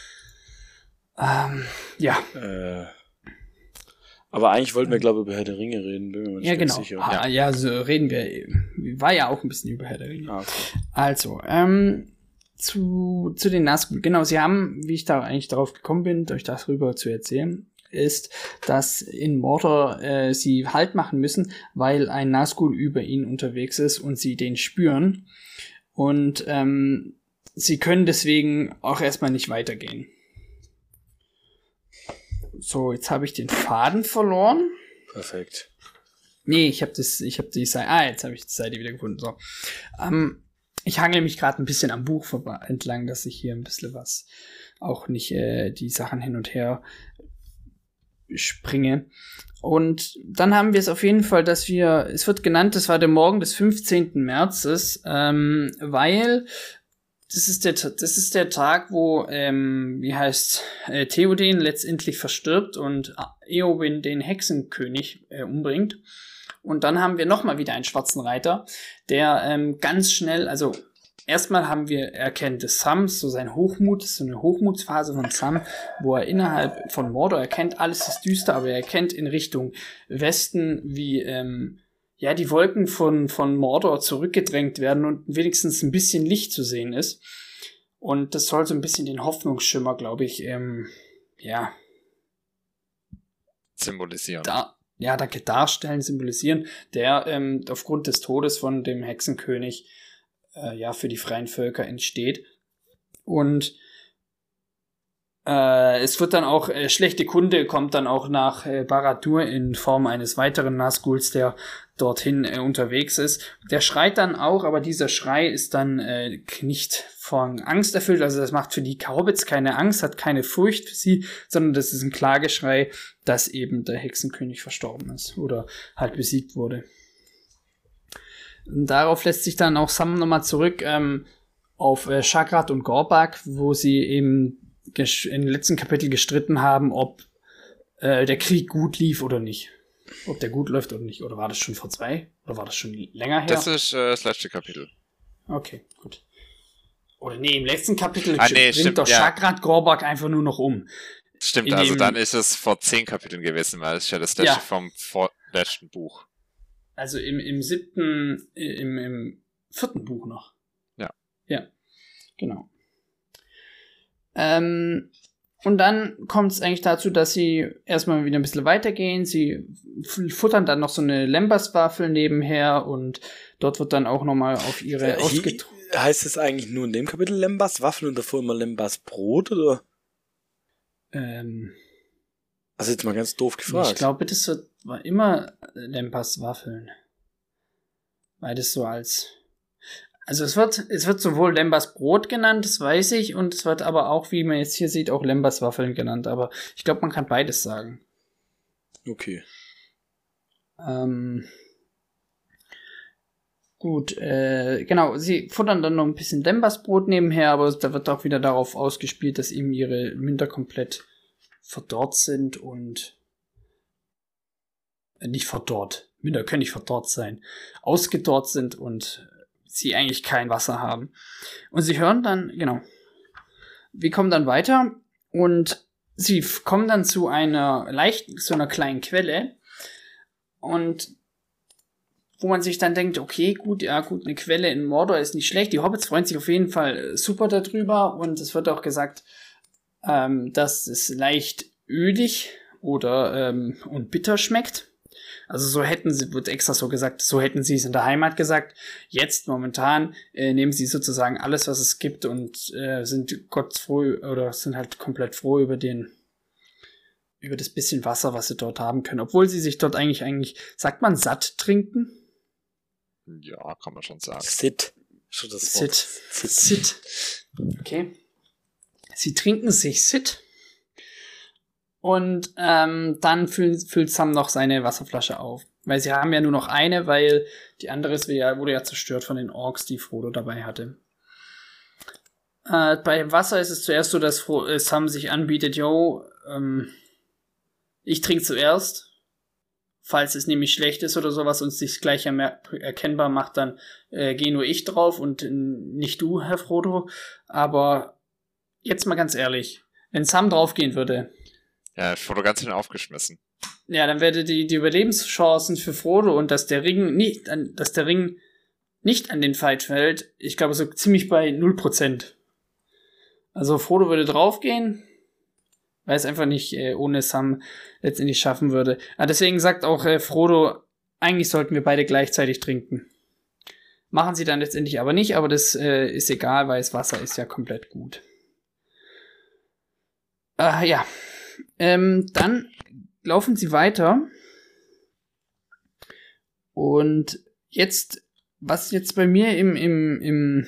Ähm, ja. Äh, aber eigentlich wollten wir, glaube ich, über Herr der Ringe reden. Bin mir nicht ja, genau. sicher. Ah, ja, so reden wir. War ja auch ein bisschen über Herr der Ringe. Ah, okay. Also, ähm, zu, zu den Nazgul. Genau, sie haben, wie ich da eigentlich darauf gekommen bin, euch das rüber zu erzählen, ist, dass in Mordor äh, sie Halt machen müssen, weil ein Nazgul über ihn unterwegs ist und sie den spüren. Und ähm, sie können deswegen auch erstmal nicht weitergehen. So, jetzt habe ich den Faden verloren. Perfekt. Nee, ich habe das, ich habe die Seite, ah, jetzt habe ich die Seite wieder gefunden. So, ähm, ich hangel mich gerade ein bisschen am Buch vorbei, entlang, dass ich hier ein bisschen was, auch nicht äh, die Sachen hin und her springe. Und dann haben wir es auf jeden Fall, dass wir, es wird genannt, das war der Morgen des fünfzehnten Märzes, ähm, weil das ist der, das ist der Tag, wo, ähm, wie heißt, äh, Theoden letztendlich verstirbt und Eowyn den Hexenkönig äh, umbringt. Und dann haben wir nochmal wieder einen schwarzen Reiter, der ähm, ganz schnell, also erstmal haben wir, er kennt das Sam, so sein Hochmut, so eine Hochmutsphase von Sam, wo er innerhalb von Mordor erkennt, alles ist düster, aber er erkennt in Richtung Westen, wie ähm, ja die Wolken von, von Mordor zurückgedrängt werden und wenigstens ein bisschen Licht zu sehen ist. Und das soll so ein bisschen den Hoffnungsschimmer, glaube ich, ähm, ja, symbolisieren. Da, ja, danke, darstellen, symbolisieren, der ähm, aufgrund des Todes von dem Hexenkönig äh, ja für die freien Völker entsteht. Und äh, es wird dann auch, äh, schlechte Kunde kommt dann auch nach äh, Barad-dûr in Form eines weiteren Nazguls, der dorthin äh, unterwegs ist. Der schreit dann auch, aber dieser Schrei ist dann äh, nicht von Angst erfüllt, also das macht für die Hobbits keine Angst, hat keine Furcht für sie, sondern das ist ein Klageschrei, dass eben der Hexenkönig verstorben ist oder halt besiegt wurde. Und darauf lässt sich dann auch Sam nochmal zurück ähm, auf äh, Shagrat und Gorbak, wo sie eben gesch- im letzten Kapitel gestritten haben, ob äh, der Krieg gut lief oder nicht. Ob der gut läuft oder nicht. Oder war das schon vor zwei? Oder war das schon länger her? Das ist äh, das letzte Kapitel. Okay, gut. Oder nee, im letzten Kapitel ah, nee, bringt stimmt, doch ja. Shagrat Gorbak einfach nur noch um. Stimmt, In also dem- dann ist es vor zehn Kapiteln gewesen, weil es ist ja das letzte Ja. vom vorletzten Buch. Also im, im siebten, äh, im, im vierten Buch noch. Ja. Ja, genau. Ähm, und dann kommt es eigentlich dazu, dass sie erstmal wieder ein bisschen weitergehen. Sie f- futtern dann noch so eine Lembas-Waffel nebenher und dort wird dann auch nochmal auf ihre Äh, ausgetrunken. hi- heißt es eigentlich nur in dem Kapitel Lembas Waffeln und davor immer Lembas Brot, oder? Ähm, Also jetzt mal ganz doof gefragt. ich glaube, das wird, war immer Lembas-Waffeln. Weil das so als... Also es wird, es wird sowohl Lembas Brot genannt, das weiß ich, und es wird aber auch, wie man jetzt hier sieht, auch Lembas Waffeln genannt. Aber ich glaube, man kann beides sagen. Okay. Ähm, gut, äh, genau, sie futtern dann noch ein bisschen Lembas Brot nebenher, aber da wird auch wieder darauf ausgespielt, dass eben ihre Münder komplett verdorrt sind und äh, nicht verdorrt. Münder können nicht verdorrt sein. Ausgedorrt sind und sie eigentlich kein Wasser haben. Und sie hören dann, genau, wir kommen dann weiter und sie f- kommen dann zu einer leicht, zu einer kleinen Quelle und wo man sich dann denkt, okay, gut, ja gut, eine Quelle in Mordor ist nicht schlecht. Die Hobbits freuen sich auf jeden Fall super darüber und es wird auch gesagt, ähm, dass es leicht ölig oder ähm, und bitter schmeckt. Also so hätten sie, wird extra so gesagt, so hätten sie es in der Heimat gesagt. Jetzt momentan äh, nehmen sie sozusagen alles, was es gibt und äh, sind Gott froh oder sind halt komplett froh über den, über das bisschen Wasser, was sie dort haben können. Obwohl sie sich dort eigentlich, eigentlich, sagt man satt trinken? Ja, kann man schon sagen. Sit. Schon das Wort. Sit. Sit. Okay. Sie trinken sich Sit. Und ähm, dann füllt, füllt Sam noch seine Wasserflasche auf. Weil sie haben ja nur noch eine, weil die andere ist ja, wurde ja zerstört von den Orks, die Frodo dabei hatte. Äh, bei dem Wasser ist es zuerst so, dass Fro äh, Sam sich anbietet, yo, ähm, ich trinke zuerst. Falls es nämlich schlecht ist oder sowas und sich gleich ermer- erkennbar macht, dann äh, gehe nur ich drauf und äh, nicht du, Herr Frodo. Aber jetzt mal ganz ehrlich, wenn Sam draufgehen würde, Ja, Frodo ganz schön aufgeschmissen. ja, dann wäre die, die Überlebenschancen für Frodo und dass der Ring nicht an, dass der Ring nicht an den Fight fällt, ich glaube so ziemlich bei null Prozent. Also Frodo würde draufgehen, weil es einfach nicht äh, ohne Sam letztendlich schaffen würde. Aber deswegen sagt auch äh, Frodo, eigentlich sollten wir beide gleichzeitig trinken. Machen sie dann letztendlich aber nicht, aber das äh, ist egal, weil das Wasser ist ja komplett gut. Äh, ja, ähm, dann laufen sie weiter. Und jetzt, was jetzt bei mir im, im, im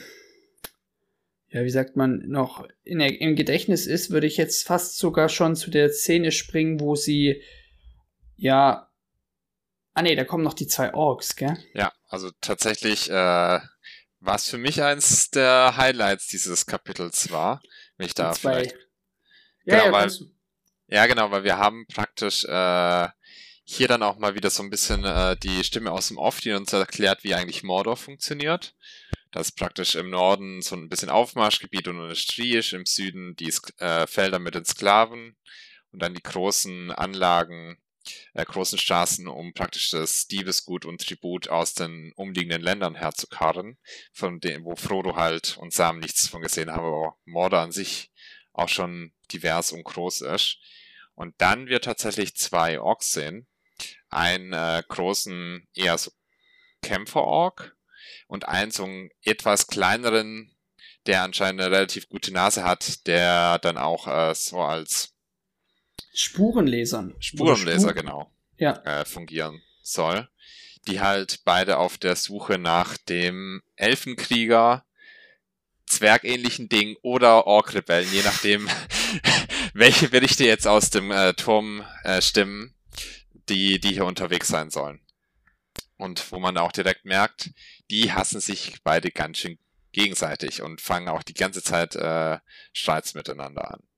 ja, wie sagt man, noch in der, im Gedächtnis ist, würde ich jetzt fast sogar schon zu der Szene springen, wo sie, ja, ah nee, da kommen noch die zwei Orks, gell? Ja, also tatsächlich, äh, was für mich eins der Highlights dieses Kapitels war, wenn ich da Die zwei. vielleicht... Ja, genau, ja, weil, kannst du. ja, genau, weil wir haben praktisch äh, hier dann auch mal wieder so ein bisschen äh, die Stimme aus dem Off, die uns erklärt, wie eigentlich Mordor funktioniert. Das ist praktisch im Norden so ein bisschen Aufmarschgebiet und Industrie ist, im Süden die äh, Felder mit den Sklaven und dann die großen Anlagen, äh, großen Straßen, um praktisch das Diebesgut und Tribut aus den umliegenden Ländern herzukarren, von dem, wo Frodo halt und Sam nichts von gesehen haben, aber Mordor an sich auch schon divers und groß ist. Und dann wir tatsächlich zwei Orks sehen. Einen äh, großen, eher so Kämpfer-Ork und einen so einen etwas kleineren, der anscheinend eine relativ gute Nase hat, der dann auch äh, so als Spurenlesern. Spurenleser, Spur- genau, Ja. äh, fungieren soll. Die halt beide auf der Suche nach dem Elfenkrieger, zwergähnlichen Ding oder Ork-Rebellen, je nachdem, welche Berichte jetzt aus dem äh, Turm äh, stimmen, die, die hier unterwegs sein sollen. Und wo man auch direkt merkt, die hassen sich beide ganz schön gegenseitig und fangen auch die ganze Zeit äh, Streits miteinander an.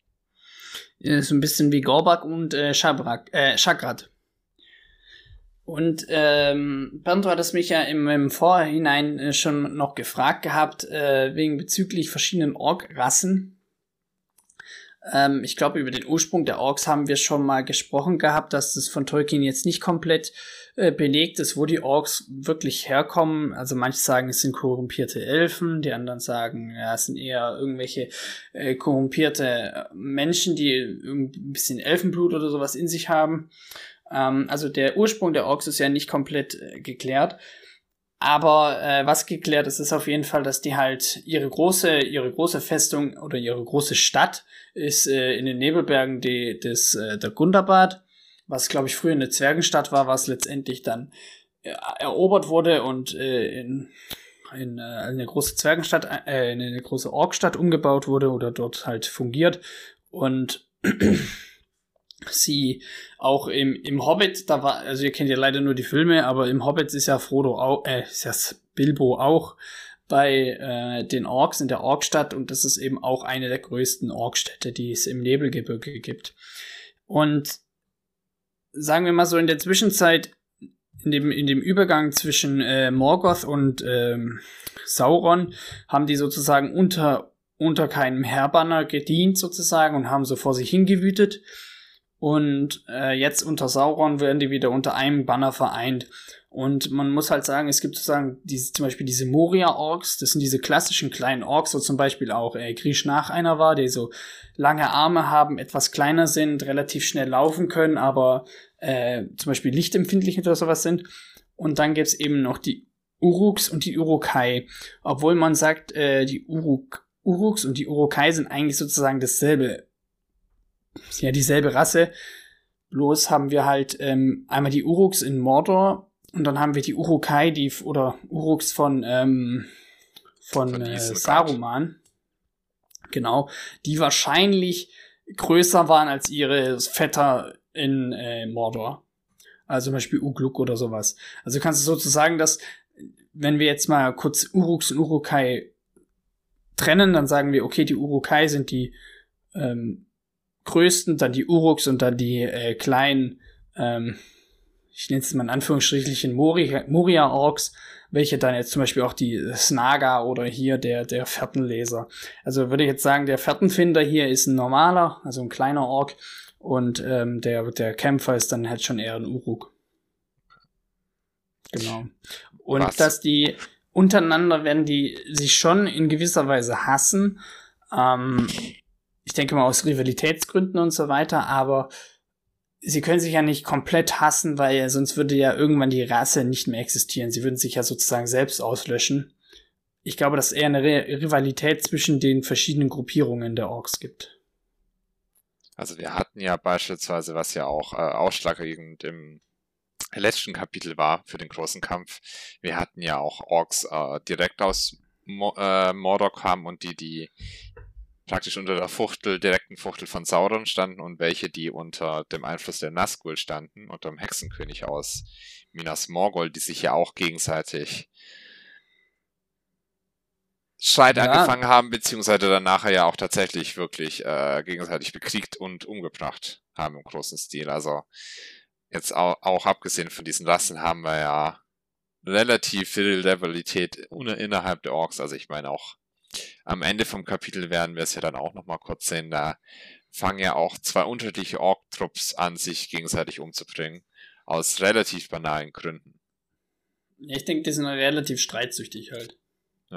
Ist ein bisschen wie Gorbak und äh, Schabrak, äh, Shagrat. Und ähm, Bernd, du hattest mich ja im, im Vorhinein äh, schon noch gefragt gehabt, äh, wegen bezüglich verschiedenen Ork-Rassen. Ähm, ich glaube, über den Ursprung der Orks haben wir schon mal gesprochen gehabt, dass das von Tolkien jetzt nicht komplett äh, belegt ist, wo die Orks wirklich herkommen. Also manche sagen, es sind korrumpierte Elfen, die anderen sagen, ja, es sind eher irgendwelche äh, korrumpierte Menschen, die ein bisschen Elfenblut oder sowas in sich haben. Ähm, also der Ursprung der Orks ist ja nicht komplett äh, geklärt. Aber äh, was geklärt ist, ist auf jeden Fall, dass die halt ihre große, ihre große Festung oder ihre große Stadt ist äh, in den Nebelbergen die, des, äh, der Gundabad, was, glaube ich, früher eine Zwergenstadt war, was letztendlich dann äh, erobert wurde und äh, in, in äh, eine große Zwergenstadt, äh, in eine große Orkstadt umgebaut wurde oder dort halt fungiert. Und sie auch im, im Hobbit, da war, also ihr kennt ja leider nur die Filme, aber im Hobbit ist ja Frodo auch, äh, ist ja Bilbo auch bei äh, den Orks in der Orkstadt und das ist eben auch eine der größten Orkstädte, die es im Nebelgebirge gibt. Und sagen wir mal so in der Zwischenzeit, in dem, in dem Übergang zwischen äh, Morgoth und ähm, Sauron, haben die sozusagen unter, unter keinem Heerbanner gedient sozusagen und haben so vor sich hingewütet. Und äh, jetzt unter Sauron werden die wieder unter einem Banner vereint. Und man muss halt sagen, es gibt sozusagen diese, zum Beispiel diese Moria-Orks, das sind diese klassischen kleinen Orks, wo zum Beispiel auch äh, Grishnak einer war, die so lange Arme haben, etwas kleiner sind, relativ schnell laufen können, aber äh, zum Beispiel lichtempfindlich oder sowas sind. Und dann gibt's eben noch die Uruks und die Urukai. Obwohl man sagt, äh, die Uruk, Uruks und die Urukai sind eigentlich sozusagen dasselbe, ja, dieselbe Rasse. Bloß haben wir halt ähm, einmal die Uruks in Mordor und dann haben wir die Urukai, die oder Uruks von ähm, von, von äh, Saruman. Genau, die wahrscheinlich größer waren als ihre Vetter in äh, Mordor. Also zum Beispiel Ugluk oder sowas. Also kannst du sozusagen, dass, wenn wir jetzt mal kurz Uruks und Urukai trennen, dann sagen wir, okay, die Urukai sind die ähm, größten, dann die Uruks und dann die äh, kleinen, ähm, ich nenne es mal in Anführungsstrichen Moria, Moria-Orks, welche dann jetzt zum Beispiel auch die Snaga oder hier der, der Fährtenleser. Also würde ich jetzt sagen, der Fährtenfinder hier ist ein normaler, also ein kleiner Ork und ähm, der, der Kämpfer ist dann halt schon eher ein Uruk. Genau. Und Was? dass die untereinander werden die sich schon in gewisser Weise hassen, ähm, ich denke mal aus Rivalitätsgründen und so weiter, aber sie können sich ja nicht komplett hassen, weil sonst würde ja irgendwann die Rasse nicht mehr existieren. Sie würden sich ja sozusagen selbst auslöschen. Ich glaube, dass es eher eine Re- Rivalität zwischen den verschiedenen Gruppierungen der Orks gibt. Also wir hatten ja beispielsweise, was ja auch äh, ausschlaggebend im letzten Kapitel war für den großen Kampf, wir hatten ja auch Orks äh, direkt aus Mo- äh, Mordor kamen und die, die praktisch unter der Fuchtel, direkten Fuchtel von Sauron standen und welche, die unter dem Einfluss der Nazgul standen, unter dem Hexenkönig aus Minas Morgul, die sich ja auch gegenseitig Streit Ja. angefangen haben, beziehungsweise dann nachher ja auch tatsächlich wirklich äh, gegenseitig bekriegt und umgebracht haben im großen Stil. Also jetzt auch, auch abgesehen von diesen Rassen haben wir ja relativ viel Rivalität innerhalb der Orks. Also ich meine auch am Ende vom Kapitel werden wir es ja dann auch nochmal kurz sehen, da fangen ja auch zwei unterschiedliche Ork-Trupps an, sich gegenseitig umzubringen, aus relativ banalen Gründen. Ich denke, die sind relativ streitsüchtig halt. Ja.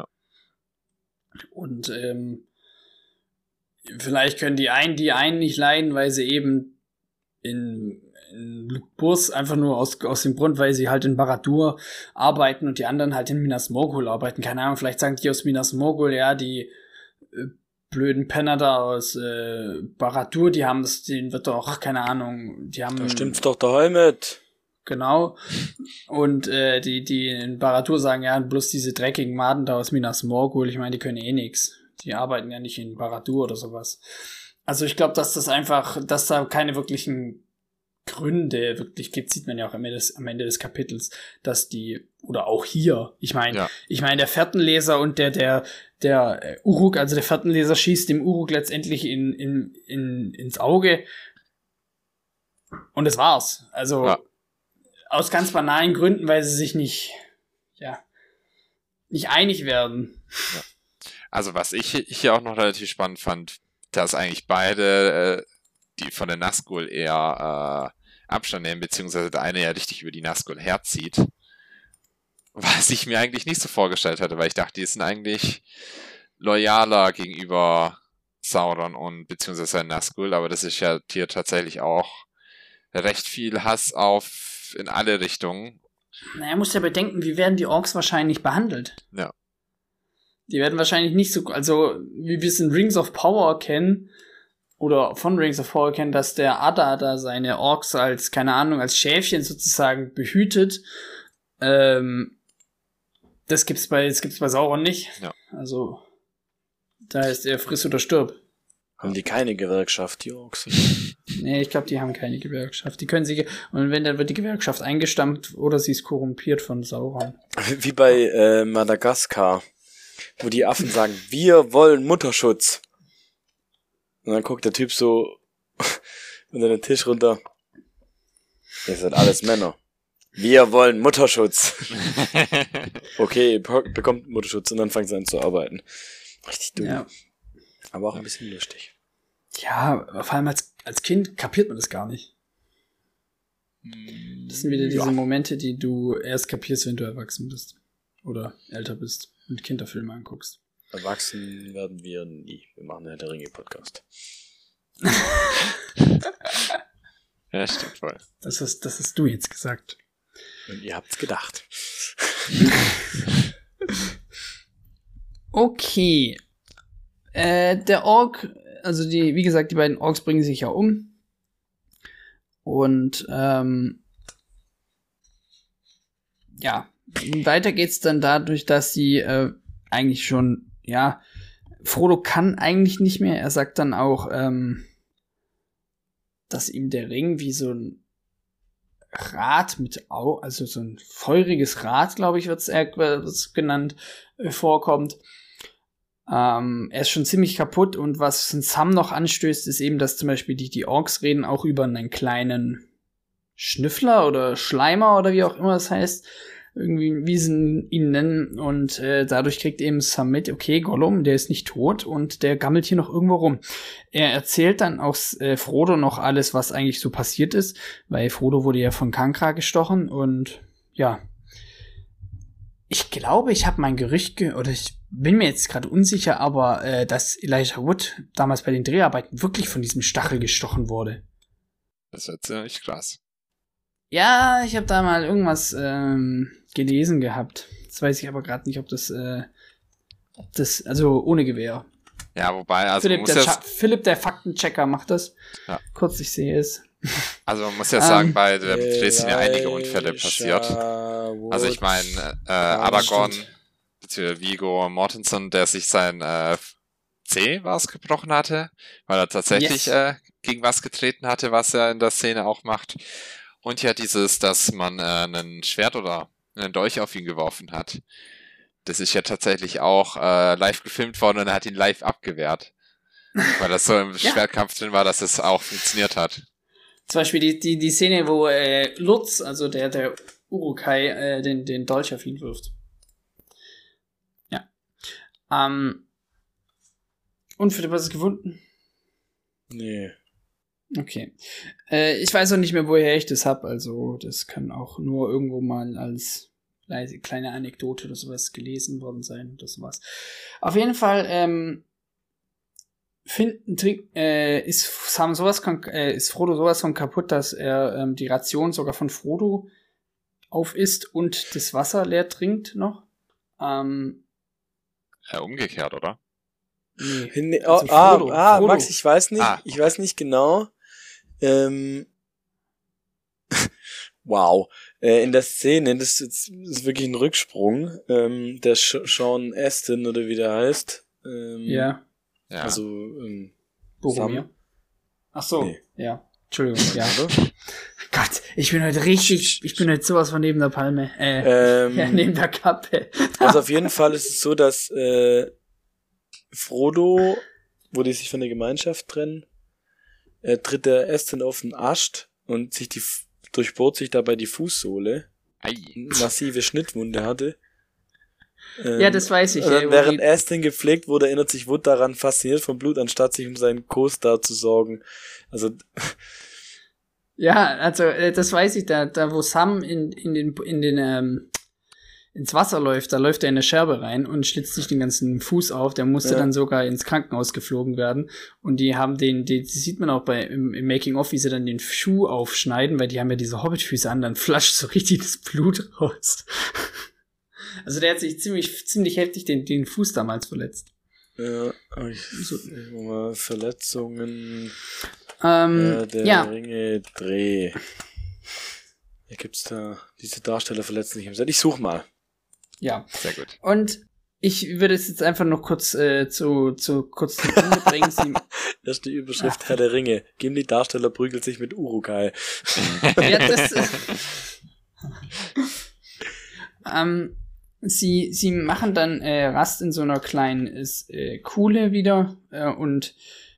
Und ähm, vielleicht können die einen die einen nicht leiden, weil sie eben in, in Lugburs einfach nur aus, aus dem Grund, weil sie halt in Barad-dûr arbeiten und die anderen halt in Minas Morgul arbeiten. Keine Ahnung, vielleicht sagen die aus Minas Morgul, ja, die äh, blöden Penner da aus äh, Barad-dûr, die haben das, denen wird doch, keine Ahnung, die haben... Da stimmt's doch daheim mit. Genau. Und äh, die, die in Barad-dûr sagen, ja, bloß diese dreckigen Maden da aus Minas Morgul, ich meine, die können eh nix. Die arbeiten ja nicht in Barad-dûr oder sowas. Also ich glaube, dass das einfach, dass da keine wirklichen Gründe wirklich gibt, sieht man ja auch am Ende des, am Ende des Kapitels, dass die, oder auch hier, ich meine, Ja. ich meine, der Fährtenleser und der, der, der äh, Uruk, also der Fährtenleser schießt dem Uruk letztendlich in, in, in, ins Auge. Und das war's. Also, Ja. aus ganz banalen Gründen, weil sie sich nicht, ja, nicht einig werden. Also was ich hier auch noch relativ spannend fand, dass eigentlich beide, äh, die von der Nazgul eher äh, Abstand nehmen, beziehungsweise der eine ja richtig über die Nazgul herzieht, was ich mir eigentlich nicht so vorgestellt hatte, weil ich dachte, die sind eigentlich loyaler gegenüber Sauron und beziehungsweise seinen Nazgul, aber das ist ja hier tatsächlich auch recht viel Hass auf in alle Richtungen. Naja, musst ja bedenken, wie werden die Orks wahrscheinlich behandelt? Ja. Die werden wahrscheinlich nicht so, also wie wir es in Rings of Power kennen, oder von Rings of Power kennen, dass der Adda da seine Orks als, keine Ahnung, als Schäfchen sozusagen behütet. Ähm, das gibt's bei, das gibt's bei Sauron nicht. Ja. Also, da ist er friss oder stirb. Haben die keine Gewerkschaft, die Orks? Nee, ich glaube, die haben keine Gewerkschaft. Die können sie, und wenn, dann wird die Gewerkschaft eingestampft oder sie ist korrumpiert von Sauron. Wie bei äh, Madagaskar, wo die Affen sagen, wir wollen Mutterschutz. Und dann guckt der Typ so unter den Tisch runter. Ihr seid alles Männer. Wir wollen Mutterschutz. Okay, ihr bekommt Mutterschutz und dann fangen sie an zu arbeiten. Richtig dumm. Ja. Aber auch ein bisschen lustig. Ja, vor allem als, als Kind kapiert man das gar nicht. Das sind wieder diese Ja. Momente, die du erst kapierst, wenn du erwachsen bist. Oder älter bist und Kinderfilme anguckst. Erwachsen werden wir nie. Wir machen einen Herr der Ringe-Podcast. Ja, stimmt voll. Das hast, das hast du jetzt gesagt. Und ihr habt's gedacht. Okay. Äh, der Ork, also die, wie gesagt, die beiden Orks bringen sich ja um. Und, ähm, ja, weiter geht's dann dadurch, dass sie äh, eigentlich schon, ja, Frodo kann eigentlich nicht mehr. Er sagt dann auch, ähm, dass ihm der Ring wie so ein Rad mit Au, also so ein feuriges Rad, glaube ich, wird's, äh, wird's genannt, äh, vorkommt. Ähm, er ist schon ziemlich kaputt und was Sam noch anstößt, ist eben, dass zum Beispiel die, die Orks reden auch über einen kleinen Schnüffler oder Schleimer oder wie auch immer das heißt, irgendwie, wie sie ihn nennen, und äh, dadurch kriegt eben Sam mit, okay, Gollum, der ist nicht tot und der gammelt hier noch irgendwo rum. Er erzählt dann auch äh, Frodo noch alles, was eigentlich so passiert ist, weil Frodo wurde ja von Kankra gestochen und ja, ich glaube, ich habe mein Gerücht ge- oder ich bin mir jetzt gerade unsicher, aber äh, dass Elijah Wood damals bei den Dreharbeiten wirklich von diesem Stachel gestochen wurde. Das wird ziemlich krass. Ja, ich habe da mal irgendwas ähm, gelesen gehabt. Jetzt weiß ich aber gerade nicht, ob das, äh, ob das, also ohne Gewehr. Ja, wobei, also Philipp, man muss der ja, Cha- Philipp, der Faktenchecker, macht das. Ja. Kurz, ich sehe es. also man muss ja sagen, Ähm, bei der Dreh sind ja einige Unfälle passiert. Also ich meine, äh, Aragorn, beziehungsweise Viggo Mortensen, der sich sein äh, Zeh was gebrochen hatte, weil er tatsächlich Yes. äh, gegen was getreten hatte, was er in der Szene auch macht. Und ja dieses, dass man äh, ein Schwert oder einen Dolch auf ihn geworfen hat. Das ist ja tatsächlich auch äh, live gefilmt worden und er hat ihn live abgewehrt. Weil das so im Ja. Schwertkampf drin war, dass es auch funktioniert hat. Zum Beispiel die, die, die Szene, wo äh, Lutz, also der, der Uruk-hai, äh, den, den Dolch auf ihn wirft. Ja. Ähm, und Philipp, was ist gefunden? Nee. Okay. Äh, ich weiß auch nicht mehr, woher ich das hab, also das kann auch nur irgendwo mal als leise, kleine Anekdote oder sowas gelesen worden sein oder sowas. Auf jeden Fall, ähm, finden, trink, äh, ist Sam sowas kon- äh, ist Frodo sowas von kaputt, dass er ähm, die Ration sogar von Frodo aufisst und das Wasser leer trinkt noch. Ähm, Ja, umgekehrt, oder? nee. Nee, Also oh, ah, Frodo, ah, Frodo. Max, ich weiß nicht, Ah, ich okay. weiß nicht genau. Ähm, wow. Äh, in der Szene, das ist, das ist wirklich ein Rücksprung. Ähm, der Sh- Sean Astin oder wie der heißt. Ähm, Ja, Ja. Also, ähm, Boromir. Sam? Ach so, Nee. ja. Entschuldigung, ja. oder? Gott, ich bin heute richtig, ich bin heute sowas von neben der Palme. Äh, Ähm, ja, neben der Kappe. Also auf jeden Fall ist es so, dass äh, Frodo, wo die sich von der Gemeinschaft trennen, äh, tritt der Aston auf den Ast und sich die F- durchbohrt sich dabei die Fußsohle, Ei. massive Schnittwunde hatte. Ähm, Ja, das weiß ich. und Ja, dann, wo während die- Aston gepflegt wurde, erinnert sich Wood daran, fasziniert vom Blut, anstatt sich um seinen Co-Star zu sorgen. Also Ja, also äh, das weiß ich, da, da wo Sam in, in den, in den ähm, ins Wasser läuft, da läuft er in eine Scherbe rein und schlitzt sich den ganzen Fuß auf. Der musste Ja. dann sogar ins Krankenhaus geflogen werden. Und die haben den, den das sieht man auch bei im, im Making-of, wie sie dann den Schuh aufschneiden, weil die haben ja diese Hobbitfüße an, dann flasht so richtig das Blut raus. Also der hat sich ziemlich, ziemlich heftig den, den Fuß damals verletzt. ja, aber ich, ich mal Verletzungen Ähm, äh, der ja, Ringe Dreh. Hier gibt's da diese Darsteller verletzen sich im Set. Ich such mal. ja. Sehr gut. Und ich würde es jetzt einfach noch kurz äh, zu, zu kurz zu Ende bringen. Sie, Das ist die Überschrift Herr der Ringe. Gimli-Darsteller prügelt sich mit Uruk-hai. ja, das, äh, ähm, sie, sie machen dann äh, Rast in so einer kleinen äh, Kuhle wieder äh, und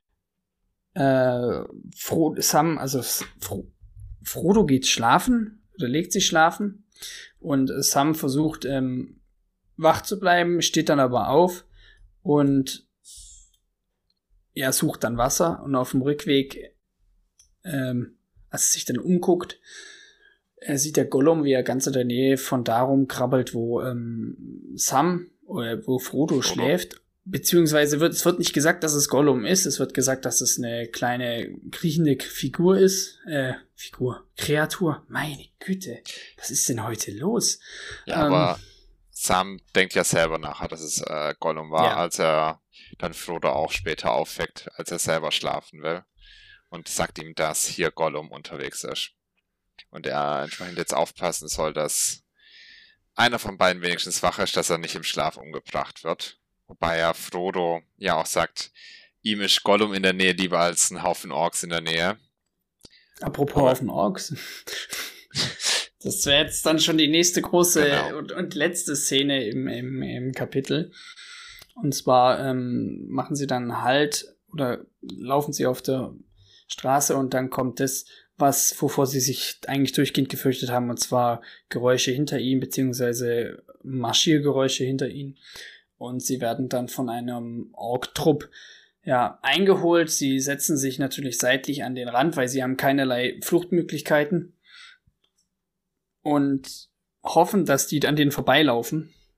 äh, Fro Sam, also Fro Frodo geht schlafen oder legt sich schlafen und äh, Sam versucht ähm, wach zu bleiben, steht dann aber auf und er sucht dann Wasser und auf dem Rückweg, ähm, als er sich dann umguckt, er sieht der Gollum, wie er ganz in der Nähe von darum krabbelt, wo ähm, Sam oder wo Frodo, Frodo schläft. Beziehungsweise wird es wird nicht gesagt, dass es Gollum ist. Es wird gesagt, dass es eine kleine kriechende Figur ist. Äh, Figur, Kreatur. Meine Güte, was ist denn heute los? Ja, Ähm, aber Sam denkt ja selber nachher, dass es äh, Gollum war, Ja. als er dann Frodo auch später aufweckt, als er selber schlafen will. Und sagt ihm, dass hier Gollum unterwegs ist. Und er entsprechend jetzt aufpassen soll, dass einer von beiden wenigstens wach ist, dass er nicht im Schlaf umgebracht wird. Wobei ja Frodo ja auch sagt, ihm ist Gollum in der Nähe lieber als ein Haufen Orks in der Nähe. Apropos Aber- auf den Orks. Das wäre jetzt dann schon die nächste große Genau. und, und letzte Szene im, im, im Kapitel. Und zwar ähm, machen sie dann Halt oder laufen sie auf der Straße und dann kommt das, was, wovor sie sich eigentlich durchgehend gefürchtet haben, und zwar Geräusche hinter ihm, beziehungsweise Marschiergeräusche hinter ihnen. Und sie werden dann von einem Ork-Trupp ja, eingeholt. Sie setzen sich natürlich seitlich an den Rand, weil sie haben keinerlei Fluchtmöglichkeiten. Und hoffen, dass die an denen vorbeilaufen.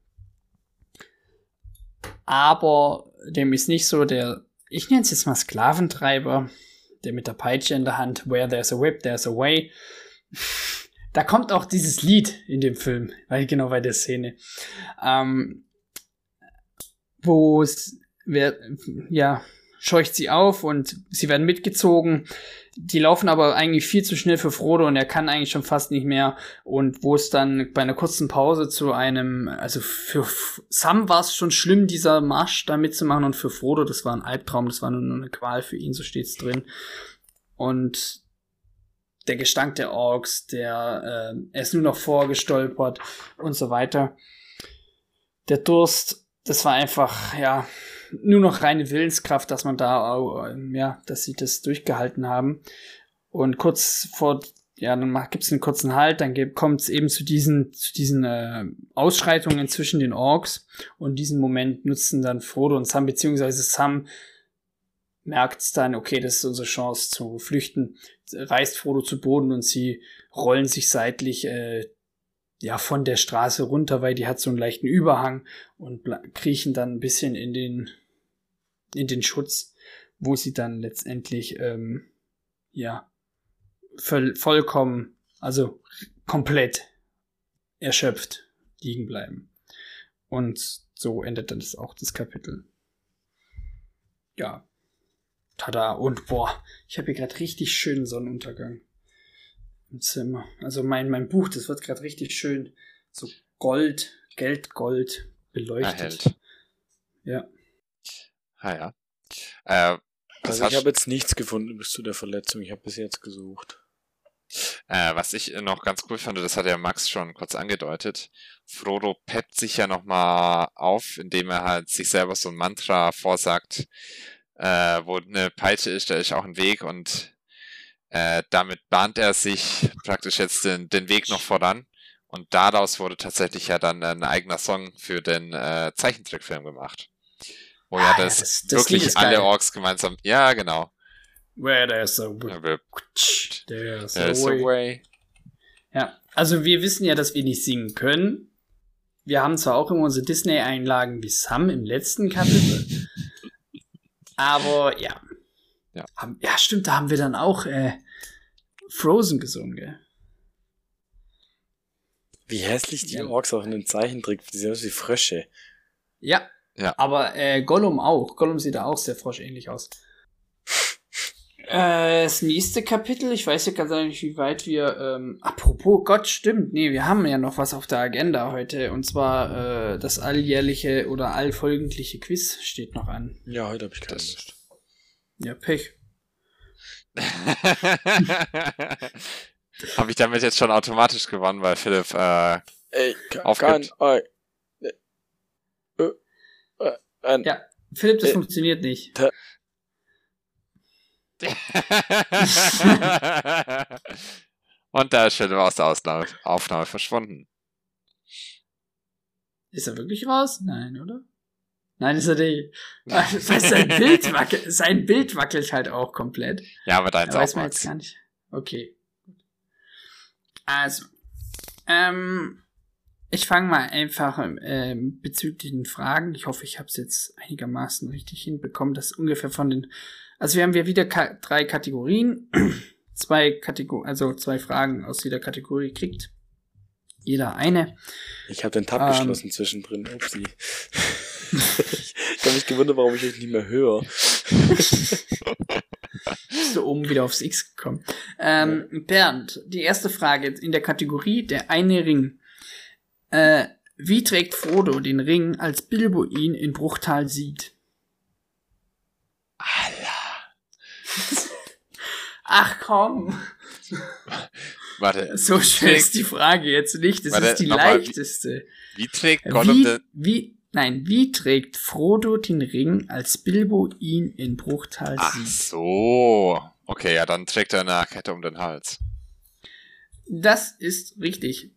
aber dem ist nicht so der, ich nenne es jetzt mal Sklaventreiber, der mit der Peitsche in der Hand, where there's a whip, there's a way. Da kommt auch dieses Lied in dem Film, weil genau bei der Szene, ähm, wo es, wer, ja, scheucht sie auf und sie werden mitgezogen. Die laufen aber eigentlich viel zu schnell für Frodo und er kann eigentlich schon fast nicht mehr. Und wo es dann bei einer kurzen Pause zu einem, also für Sam war es schon schlimm, dieser Marsch da mitzumachen, und für Frodo, das war ein Albtraum, das war nur eine Qual für ihn, so steht's drin. Und der Gestank der Orks, der, äh, er ist nur noch vorgestolpert und so weiter. Der Durst, das war einfach, ja, nur noch reine Willenskraft, dass man da, ja, dass sie das durchgehalten haben. Und kurz vor, ja, dann gibt es einen kurzen Halt, dann kommt es eben zu diesen, zu diesen äh, Ausschreitungen zwischen den Orks. Und diesen Moment nutzen dann Frodo und Sam, beziehungsweise Sam merkt dann, okay, das ist unsere Chance zu flüchten, reißt Frodo zu Boden und sie rollen sich seitlich äh, ja, von der Straße runter, weil die hat so einen leichten Überhang, und kriechen dann ein bisschen in den in den Schutz, wo sie dann letztendlich ähm, ja voll, vollkommen, also komplett erschöpft liegen bleiben. Und so endet dann das auch das Kapitel. Ja. Tada. Und boah, ich habe hier gerade richtig schönen Sonnenuntergang im Zimmer. Also mein, mein Buch, das wird gerade richtig schön so Gold, Geld, Gold beleuchtet. Erhält. Ja. Ah ja. Äh, also ich habe jetzt nichts gefunden bis zu der Verletzung. Ich habe bis jetzt gesucht. Äh, was ich noch ganz cool fand, das hat ja Max schon kurz angedeutet. Frodo peppt sich ja nochmal auf, indem er halt sich selber so ein Mantra vorsagt, äh, wo eine Peitsche ist, da ist auch ein Weg, und äh, damit bahnt er sich praktisch jetzt den, den Weg noch voran. Und daraus wurde tatsächlich ja dann ein eigener Song für den äh, Zeichentrickfilm gemacht. Wo ah, ja das, ja, das, das wirklich alle geil. Orks gemeinsam, ja genau. Where there's a whip, there's, there's a, way. a way. Ja, also wir wissen ja, dass wir nicht singen können. Wir haben zwar auch immer unsere Disney-Einlagen wie Sam im letzten Kapitel. Aber ja. Ja. Haben, ja, stimmt, da haben wir dann auch äh, Frozen gesungen, gell? Wie hässlich die ja. Orks auch in dem Zeichentrick, die sind aus wie Frösche. Ja, ja. aber äh, Gollum auch. Gollum sieht da auch sehr froschähnlich aus. äh, das nächste Kapitel, ich weiß ja gar nicht, wie weit wir, ähm, apropos Gott, stimmt, nee, wir haben ja noch was auf der Agenda heute, und zwar äh, das alljährliche oder allfolgentliche Quiz steht noch an. Ja, heute habe ich keine Lust. Ja, Pech. Habe ich damit jetzt schon automatisch gewonnen, weil Philipp äh, Ey, kann, kann, äh, äh, äh, ja, Philipp, das äh, funktioniert nicht. T- Und da ist Philipp aus der Ausnahme, Aufnahme verschwunden. Ist er wirklich raus? Nein, oder? Nein, ist er nicht. sein, Bild wackelt, sein Bild wackelt halt auch komplett. Ja, aber deins da auch, weiß man jetzt gar nicht. Okay. Also, ähm, ich fange mal einfach ähm, bezüglich den Fragen. Ich hoffe, ich habe es jetzt einigermaßen richtig hinbekommen, dass ungefähr von den, also wir haben ja wieder ka- drei Kategorien, zwei Kategorien, also zwei Fragen aus jeder Kategorie kriegt jeder eine. Ich habe den Tab ähm, geschlossen zwischendrin. Upsi. Ich habe mich gewundert, warum ich euch nicht mehr höre. So oben wieder aufs X gekommen. Ähm, ja. Bernd, die erste Frage in der Kategorie der eine Ring. Äh, wie trägt Frodo den Ring, als Bilbo ihn in Bruchtal sieht? Alter. Ach komm. Warte. So schwer ist die Frage jetzt nicht. Das Warte, ist die leichteste. Wie, wie trägt Gollum wie, den... Wie, nein, wie trägt Frodo den Ring, als Bilbo ihn in Bruchtal Ach sieht? Ach so. Okay, ja, dann trägt er eine Kette um den Hals. Das ist richtig.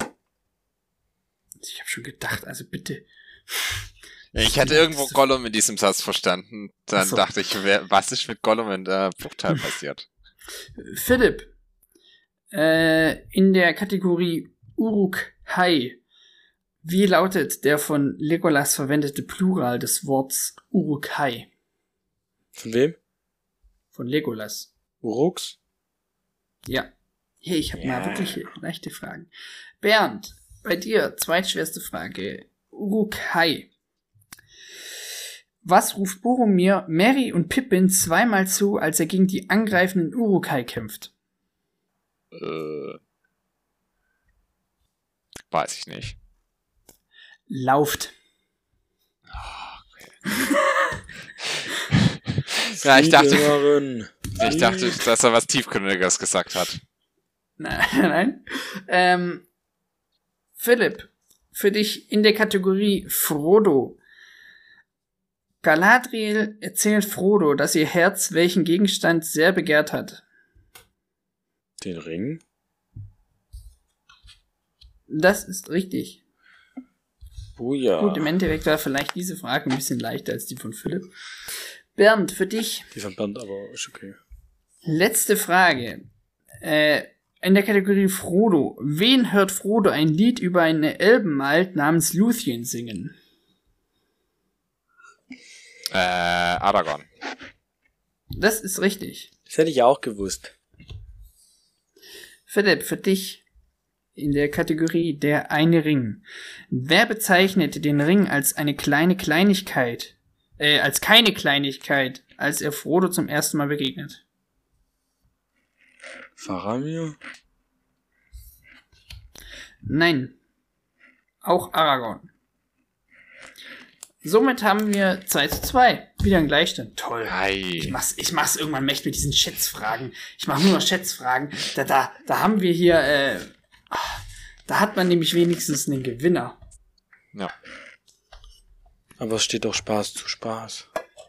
Ich habe schon gedacht, also bitte. Ich hatte irgendwo Gollum in diesem Satz verstanden. Dann so. dachte ich, wer, was ist mit Gollum in der Bruchtal passiert? Philipp, äh, in der Kategorie Uruk-hai, Wie lautet der von Legolas verwendete Plural des Wortes Uruk-hai? Von wem? Von Legolas. Uruks? Ja. Hey, ich habe Ja. mal wirklich leichte Fragen. Bernd, bei dir, zweitschwerste Frage. Uruk-hai. Was ruft Boromir Merry und Pippin zweimal zu, als er gegen die angreifenden Uruk-hai kämpft? Äh, weiß ich nicht. Lauft. Ja, ich dachte, Slytherin. ich dachte, dass er was Tiefgründiges gesagt hat. Nein, nein. Ähm, Philipp, für dich in der Kategorie Frodo. Galadriel erzählt Frodo, dass ihr Herz welchen Gegenstand sehr begehrt hat. Den Ring? Das ist richtig. Oh ja. Gut, im Endeffekt war vielleicht diese Frage ein bisschen leichter als die von Philipp. Bernd, für dich Die von Band, aber ist okay. letzte Frage. Äh, in der Kategorie Frodo. Wen hört Frodo ein Lied über eine Elbenmaid namens Luthien singen? Äh, Aragorn. Das ist richtig. Das hätte ich ja auch gewusst. Philipp, für dich in der Kategorie Der eine Ring. Wer bezeichnet den Ring als eine kleine Kleinigkeit, äh, als keine Kleinigkeit, als er Frodo zum ersten Mal begegnet? Faramir? Nein. Auch Aragorn. Somit haben wir zwei zu zwei. Wieder ein Gleichstand. Toll. Hi. Ich mach's, ich mach's irgendwann mächtig mit diesen Schätzfragen. Ich mach nur noch Schätzfragen. Da, da, da haben wir hier, äh, da hat man nämlich wenigstens einen Gewinner. Ja. Aber es steht doch Spaß zu Spaß.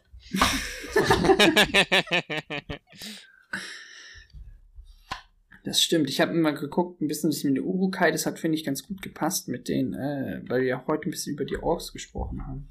Das stimmt. Ich habe immer geguckt, ein bisschen das mit der Uruk-hai, das hat, finde ich, ganz gut gepasst mit denen, äh, weil wir ja heute ein bisschen über die Orks gesprochen haben.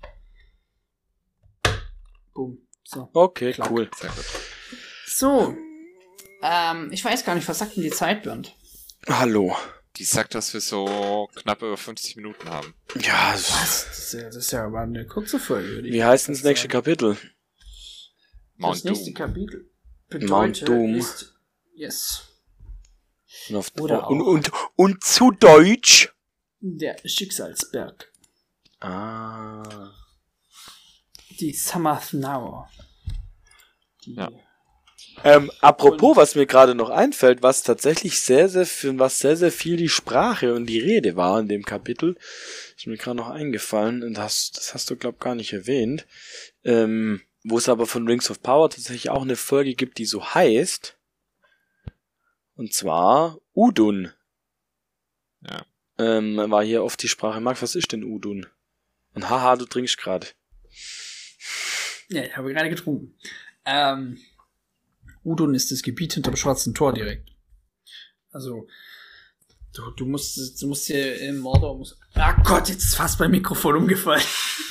Boom. So. Okay, Klack. cool. Sehr gut. So. Ähm, ich weiß gar nicht, was sagt denn die Zeit, Bernd? Hallo. Die sagt, dass wir so knapp über fünfzig Minuten haben. Ja, das, Was? Das ist ja, das ist ja aber eine kurze Folge, würde ich wie heißt denn das fast nächste sagen. Kapitel? Mount Das nächste Doom. Kapitel bedeutet, Mount Doom. ist, yes, Und, auf, Oder und, auch. und, und zu Deutsch? der Schicksalsberg. Ah. Die Samathnaur. Die Ja. Ähm, apropos, was mir gerade noch einfällt, was tatsächlich sehr, sehr, für was sehr, sehr viel die Sprache und die Rede war in dem Kapitel, ist mir gerade noch eingefallen, und das, das hast du, glaub, gar nicht erwähnt, ähm, wo es aber von Rings of Power tatsächlich auch eine Folge gibt, die so heißt, und zwar Udun. Ja. Ähm, war hier oft die Sprache. Max, was ist denn Udun? Und haha, du trinkst gerade. Ja, ich habe gerade getrunken. Ähm, Udun ist das Gebiet hinter dem Schwarzen Tor direkt. Also, du, du musst, du musst hier im Mordor, musst, ah Gott, jetzt ist fast mein Mikrofon umgefallen.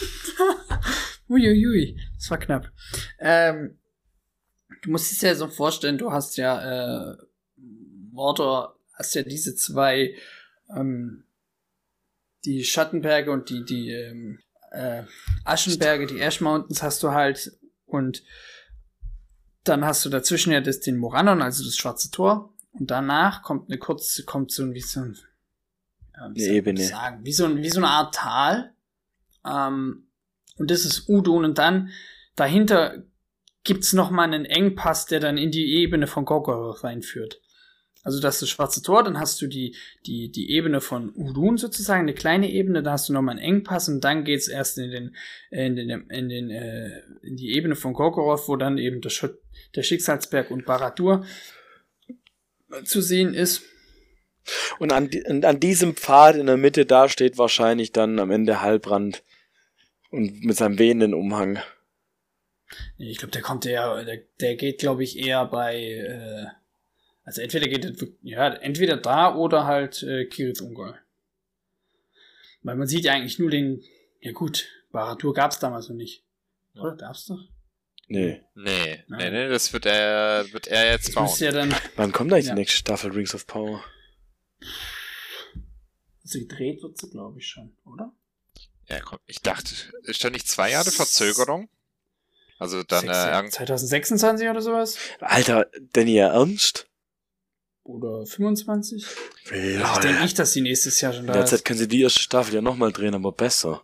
Uiuiui, das war knapp. Ähm, du musst es ja so vorstellen, du hast ja, äh, Mordor, hast ja diese zwei, ähm, die Schattenberge und die, die, ähm, äh, Aschenberge, die Ash Mountains hast du halt, und dann hast du dazwischen ja das, den Morannon, also das Schwarze Tor, und danach kommt eine kurze, kommt so ein, wie so ein, ja, wie Eine soll ich Ebene. sagen, wie so ein, wie so eine Art Tal, ähm, und das ist Udun, und dann dahinter gibt's noch mal einen Engpass, der dann in die Ebene von Gorgoroth reinführt. Also das ist das Schwarze Tor, dann hast du die, die, die Ebene von Udun sozusagen, eine kleine Ebene, da hast du nochmal einen Engpass, und dann geht's erst in den, in den, in den, äh, in die Ebene von Gorgoroth, wo dann eben der, Sch- der Schicksalsberg und Barad-dûr zu sehen ist. Und an, di- und an diesem Pfad in der Mitte, da steht wahrscheinlich dann am Ende Halbrand und mit seinem wehenden Umhang. Ich glaube, der kommt eher, der, der geht, glaube ich, eher bei, äh, also entweder geht er, ja, entweder da oder halt äh, Kirith Ungol. Weil man sieht ja eigentlich nur den, ja gut, Barad-dûr gab's damals noch nicht. Oder? Gab's doch? Nee. Nee, Nein. nee, nee, das wird er, wird er jetzt Das bauen. müsste ja dann, Wann kommt eigentlich Ja. die nächste Staffel Rings of Power? gedreht wird sie, glaube ich, schon, oder? Ja, komm, ich dachte, ist da nicht zwei Jahre Verzögerung? Also dann äh, irgend- zwanzig sechsundzwanzig oder sowas? Alter, Danny, ja ernst? Oder fünfundzwanzig? Ja, Ich denke nicht, dass sie nächstes Jahr schon da derzeit ist. können sie die erste Staffel ja nochmal drehen, aber besser.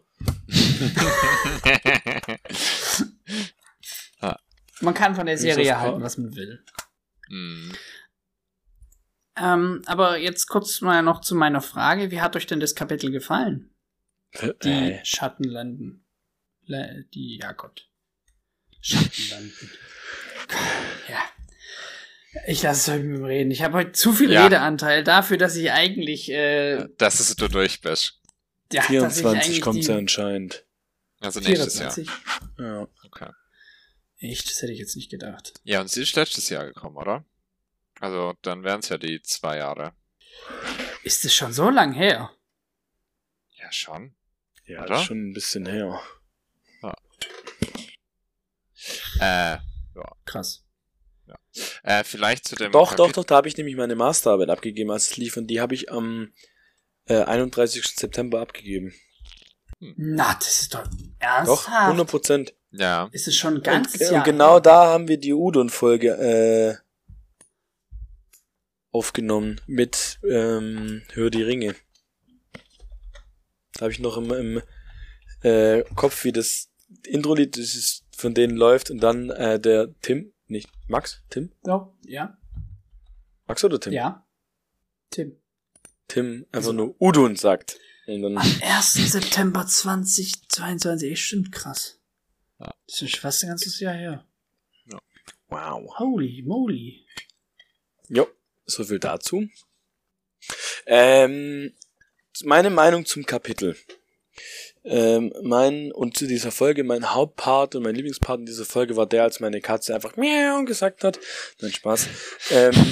Man kann von der Ist Serie das halten, wahr? was man will. Hm. Ähm, aber jetzt kurz mal noch zu meiner Frage. Wie hat euch denn das Kapitel gefallen? Die Äh, Schattenlanden. Le die, ja Gott. Schattenlanden. Ja. Ich lasse es heute mit dem Reden. Ich habe heute zu viel Ja. Redeanteil dafür, dass ich eigentlich, äh, Dass es du durch bist. ja, dass ich vierundzwanzig eigentlich kommt die ja anscheinend. Also nächstes vierundzwanzig. Jahr. Ja. Okay. Echt, das hätte ich jetzt nicht gedacht. Ja, und sie ist letztes Jahr gekommen, oder? Also dann wären es ja die zwei Jahre. Ist es schon so lang her? Ja, schon. Ja, Oder? das ist schon ein bisschen her. Äh, Krass. äh, vielleicht zu dem Doch, doch, Kapit- doch, da habe ich nämlich meine Masterarbeit abgegeben, als es lief, und die habe ich am äh, einunddreißigsten September abgegeben. Na, das ist doch Doch, ernsthaft. hundert Prozent. Ja. Ist es schon ein Und, ganzes äh, Jahr und genau her? da haben wir die Udon-Folge äh, aufgenommen mit ähm, Hör die Ringe. Da habe ich noch im, im äh, Kopf, wie das Intro-Lied das ist, von denen läuft, und dann äh, der Tim, nicht Max, Tim? Doch, ja. Max oder Tim? Ja. Tim. Tim einfach Also- nur Udon sagt. Und dann, Am ersten September zweitausendzweiundzwanzig. Echt stimmt, krass. Ja. Das ist fast ein ganzes Jahr her. wow. Holy moly. Jo, so viel dazu. Ähm, meine Meinung zum Kapitel. Ähm, mein, und zu dieser Folge, mein Hauptpart und mein Lieblingspart in dieser Folge war der, als meine Katze einfach miau gesagt hat. Nein, Spaß. Ähm,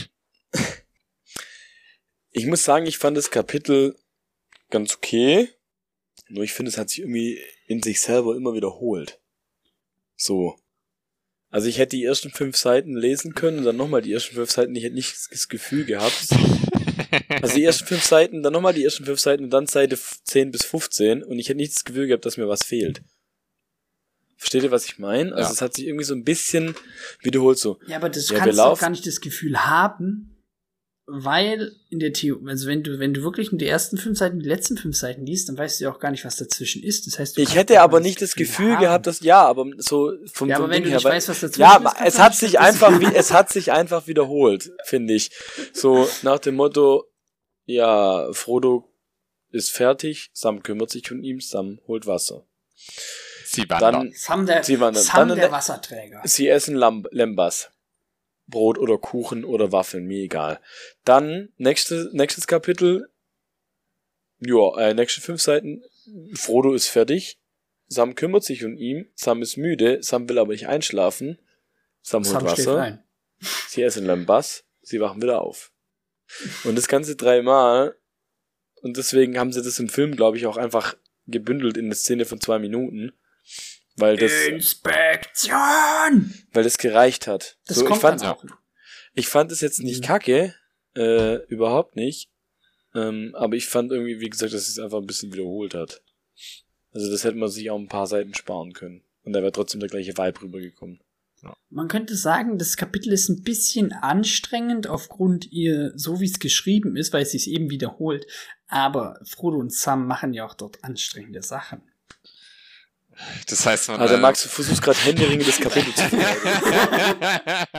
ich muss sagen, ich fand das Kapitel ganz okay. Nur ich finde, es hat sich irgendwie in sich selber immer wiederholt. So. Also ich hätte die ersten fünf Seiten lesen können und dann nochmal die ersten fünf Seiten. Ich hätte nicht das Gefühl gehabt. Also die ersten fünf Seiten, dann nochmal die ersten fünf Seiten und dann Seite zehn bis fünfzehn und ich hätte nicht das Gefühl gehabt, dass mir was fehlt. Versteht ihr, was ich meine? Also Ja. es hat sich irgendwie so ein bisschen wiederholt so. Ja, aber das Ja, wir kannst du auch laufen- gar nicht das Gefühl haben, weil in der Theorie, also wenn du, wenn du wirklich nur die ersten fünf Seiten, die letzten fünf Seiten liest, dann weißt du ja auch gar nicht, was dazwischen ist. Das heißt, du Ich kannst hätte auch aber mal nicht das Gefühl haben. gehabt, dass, ja, aber so vom, Ja, vom aber wenn Ding du her, nicht weil- weißt, was dazwischen ja, ist, kannst es du hat nicht sich das einfach, Gefühl wie, es hat sich einfach wiederholt, finde ich. So nach dem Motto, ja, Frodo ist fertig, Sam kümmert sich um ihn, Sam holt Wasser. Sie wandern. Dann, Sam der, Sie wandern. Sam Dann- der Wasserträger. sie essen Lamb Lembas. Brot oder Kuchen oder Waffeln, mir egal. Dann, nächste, nächstes Kapitel, ja, äh, nächste fünf Seiten, Frodo ist fertig, Sam kümmert sich um ihn, Sam ist müde, Sam will aber nicht einschlafen, Sam holt Sam schläft Wasser, ein. sie essen Lembas, sie wachen wieder auf. Und das Ganze dreimal, und deswegen haben sie das im Film, glaube ich, auch einfach gebündelt in eine Szene von zwei Minuten, weil das, Inspektion! weil das gereicht hat. Das so, ich kommt fand, dann auch. Ich fand es jetzt nicht Mhm. kacke, äh, überhaupt nicht. Ähm, aber ich fand irgendwie, wie gesagt, dass es einfach ein bisschen wiederholt hat. Also das hätte man sich auch ein paar Seiten sparen können. Und da wäre trotzdem der gleiche Vibe rübergekommen. Man könnte sagen, das Kapitel ist ein bisschen anstrengend aufgrund ihr, so wie es geschrieben ist, weil es sich eben wiederholt. Aber Frodo und Sam machen ja auch dort anstrengende Sachen. Das heißt, man. Also äh, Max, du versuchst gerade händeringend das Kapitel zu vermeiden.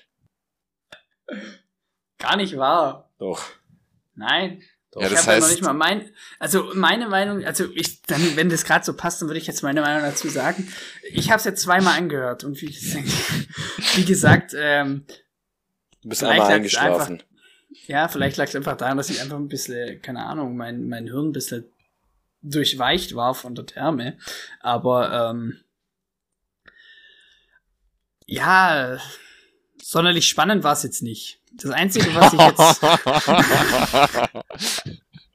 Gar nicht wahr. Doch. Nein. Doch. Ja, Ich das habe ja noch heißt- nicht mal mein, also meine Meinung, also ich, dann, wenn das gerade so passt, dann würde ich jetzt meine Meinung dazu sagen. Ich habe es jetzt zweimal angehört und wie gesagt, wie gesagt, ähm, Du bist Vielleicht einmal lag's eingeschlafen. ja, vielleicht lag es einfach daran, dass ich einfach ein bisschen, keine Ahnung, mein, mein Hirn ein bisschen durchweicht war von der Therme. Aber ähm, ja, sonderlich spannend war es jetzt nicht. Das Einzige, was ich jetzt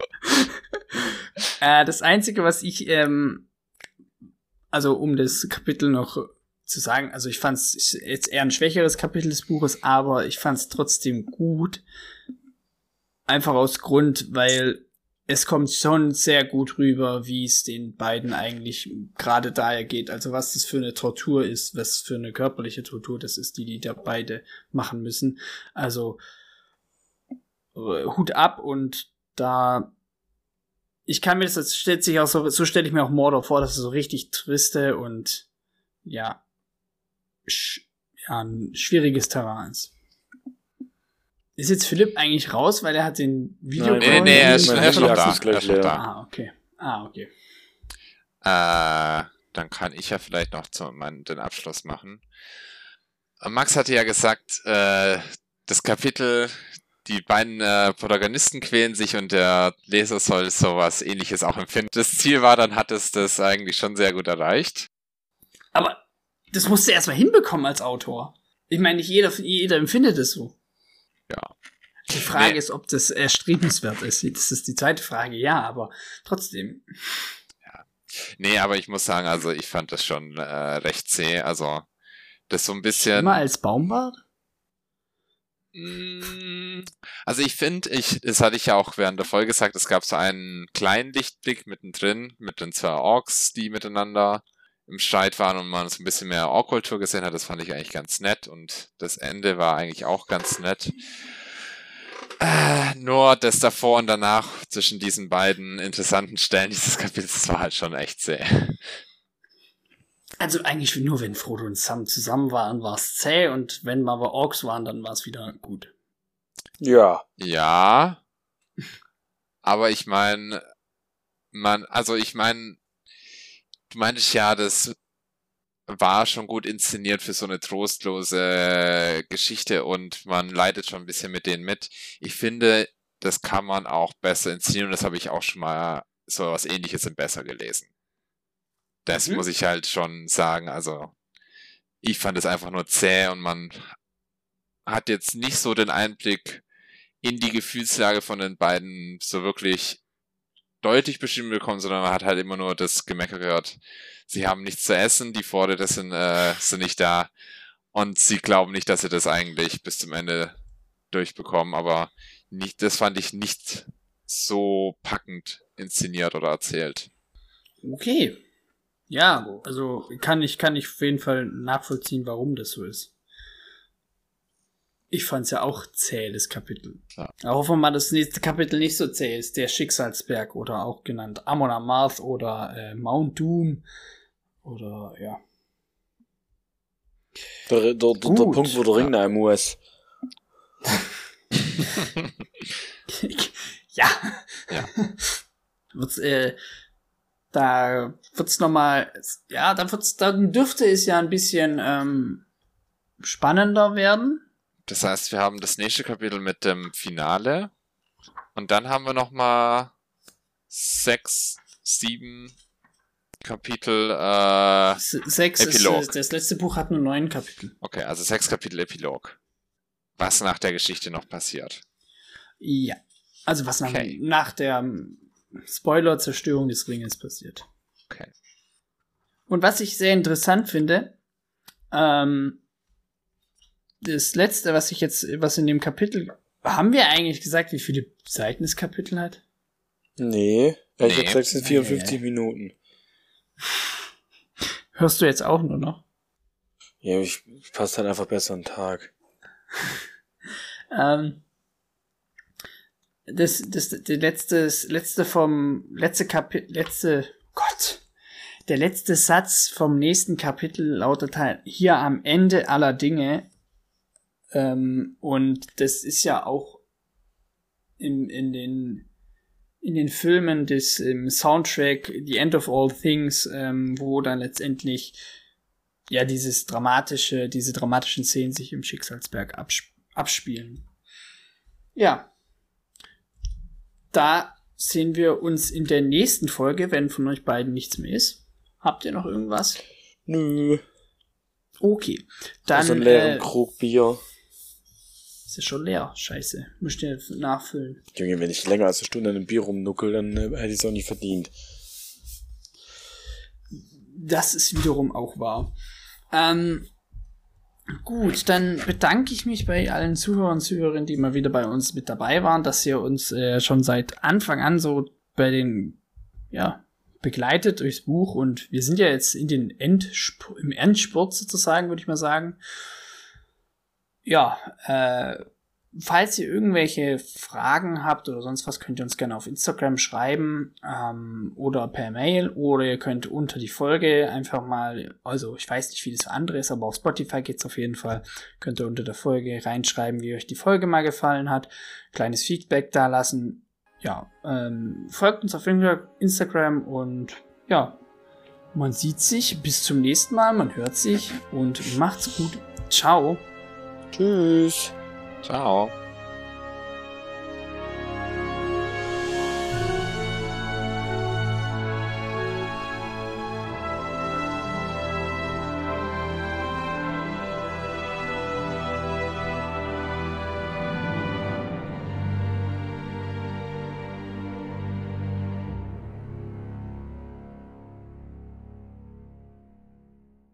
Äh, das Einzige, was ich, ähm, also um das Kapitel noch zu sagen, also ich fand es jetzt eher ein schwächeres Kapitel des Buches, aber ich fand es trotzdem gut. Einfach aus Grund, weil es kommt schon sehr gut rüber, wie es den beiden eigentlich gerade daher geht. Also was das für eine Tortur ist, was für eine körperliche Tortur das ist, die die da beide machen müssen. Also äh, Hut ab und da ich kann mir das, das stellt sich auch so, so stelle ich mir auch Mordor vor, dass es so richtig triste und ja, sch, ja ein schwieriges Terrain ist. Ist jetzt Philipp eigentlich raus, weil er hat den Video... Nee, nee, nee, er ist, er ist noch da. Er ist noch da. Ah, okay. Ah, okay. Äh, dann kann ich ja vielleicht noch zu, mein, den Abschluss machen. Max hatte ja gesagt, äh, das Kapitel, die beiden äh, Protagonisten quälen sich und der Leser soll sowas Ähnliches auch empfinden. Das Ziel war, dann hat es das eigentlich schon sehr gut erreicht. Aber das musst du erstmal hinbekommen als Autor. Ich meine, nicht jeder, jeder empfindet es so. Ja. Die Frage nee. ist, ob das erstrebenswert ist. Das ist die zweite Frage, ja, aber trotzdem. Ja. Nee, aber ich muss sagen, also ich fand das schon äh, recht zäh. Also das so ein bisschen... Immer als Baumbart? Also ich finde, ich, das hatte ich ja auch während der Folge gesagt, es gab so einen kleinen Lichtblick mittendrin mit den zwei Orks, die miteinander im Streit waren und man so ein bisschen mehr Ork-Kultur gesehen hat. Das fand ich eigentlich ganz nett und das Ende war eigentlich auch ganz nett. Äh, nur das davor und danach zwischen diesen beiden interessanten Stellen dieses Kapitels, das war halt schon echt zäh. Also eigentlich nur, wenn Frodo und Sam zusammen waren, war es zäh und wenn mal aber Orks waren, dann war es wieder gut. Ja. Ja. Aber ich meine, man, also ich meine, du meintest ja, das war schon gut inszeniert für so eine trostlose Geschichte und man leidet schon ein bisschen mit denen mit. Ich finde, das kann man auch besser inszenieren und das habe ich auch schon mal so was Ähnliches im Besser gelesen. Das mhm. muss ich halt schon sagen, also ich fand es einfach nur zäh und man hat jetzt nicht so den Einblick in die Gefühlslage von den beiden so wirklich deutlich bestimmt bekommen, sondern man hat halt immer nur das Gemecker gehört. Sie haben nichts zu essen, die Vorräte sind, äh, sind nicht da und sie glauben nicht, dass sie das eigentlich bis zum Ende durchbekommen, aber nicht, das fand ich nicht so packend inszeniert oder erzählt. Okay. Ja, also kann ich, kann ich auf jeden Fall nachvollziehen, warum das so ist. Ich fand's ja auch zäh, das Kapitel. Ja. Aber hoffen wir mal, dass das nächste Kapitel nicht so zäh ist. Der Schicksalsberg oder auch genannt Amon Amarth oder äh, Mount Doom oder ja. Der, der, der, der Punkt, wo der Ring da im U S. ja. ja. Wird's, äh, da wird's nochmal, ja, da wird's, dann dürfte es ja ein bisschen ähm, spannender werden. Das heißt, wir haben das nächste Kapitel mit dem Finale und dann haben wir nochmal sechs, sieben Kapitel äh, Sechs Epilog. Ist, das letzte Buch hat nur neun Kapitel. Okay, also sechs Kapitel Epilog. Was nach der Geschichte noch passiert. Ja, also was okay. nach, nach der Spoiler-Zerstörung des Ringes passiert. Okay. Und was ich sehr interessant finde, ähm, das letzte, was ich jetzt, was in dem Kapitel, haben wir eigentlich gesagt, wie viele Seiten das Kapitel hat? Nee, ich nee. hab gesagt, es sind vierundfünfzig nee. Minuten. Hörst du jetzt auch nur noch? Ja, ich passt halt einfach besser an den Tag. ähm, das, das, der letzte, das letzte vom, letzte Kapitel, letzte, Gott, der letzte Satz vom nächsten Kapitel lautet halt, hier am Ende aller Dinge. Ähm, und das ist ja auch in, in den in den Filmen des ähm, Soundtrack The End of All Things, ähm, wo dann letztendlich ja dieses dramatische, diese dramatischen Szenen sich im Schicksalsberg absp- abspielen. Ja. Da sehen wir uns in der nächsten Folge, wenn von euch beiden nichts mehr ist. Habt ihr noch irgendwas? Nö. Okay. Dann also einen leeren äh, Krug Bier. Ist ja schon leer. Scheiße. Müsst ihr nachfüllen. Junge, wenn ich länger als eine Stunde in einem Bier rumnuckel, dann äh, hätte ich es auch nicht verdient. Das ist wiederum auch wahr. Ähm, gut, dann bedanke ich mich bei allen Zuhörern und Zuhörerinnen, die mal wieder bei uns mit dabei waren, dass ihr uns äh, schon seit Anfang an so bei den, ja, begleitet durchs Buch und wir sind ja jetzt in den Endspurt, im Endspurt sozusagen, würde ich mal sagen. Ja, äh, falls ihr irgendwelche Fragen habt oder sonst was, könnt ihr uns gerne auf Instagram schreiben ähm, oder per Mail oder ihr könnt unter die Folge einfach mal, also ich weiß nicht, wie das für andere ist, aber auf Spotify geht's auf jeden Fall, könnt ihr unter der Folge reinschreiben, wie euch die Folge mal gefallen hat, kleines Feedback da lassen. Ja, ähm, folgt uns auf Instagram und ja, man sieht sich, bis zum nächsten Mal, man hört sich und macht's gut. Ciao. Tschüss. Ciao.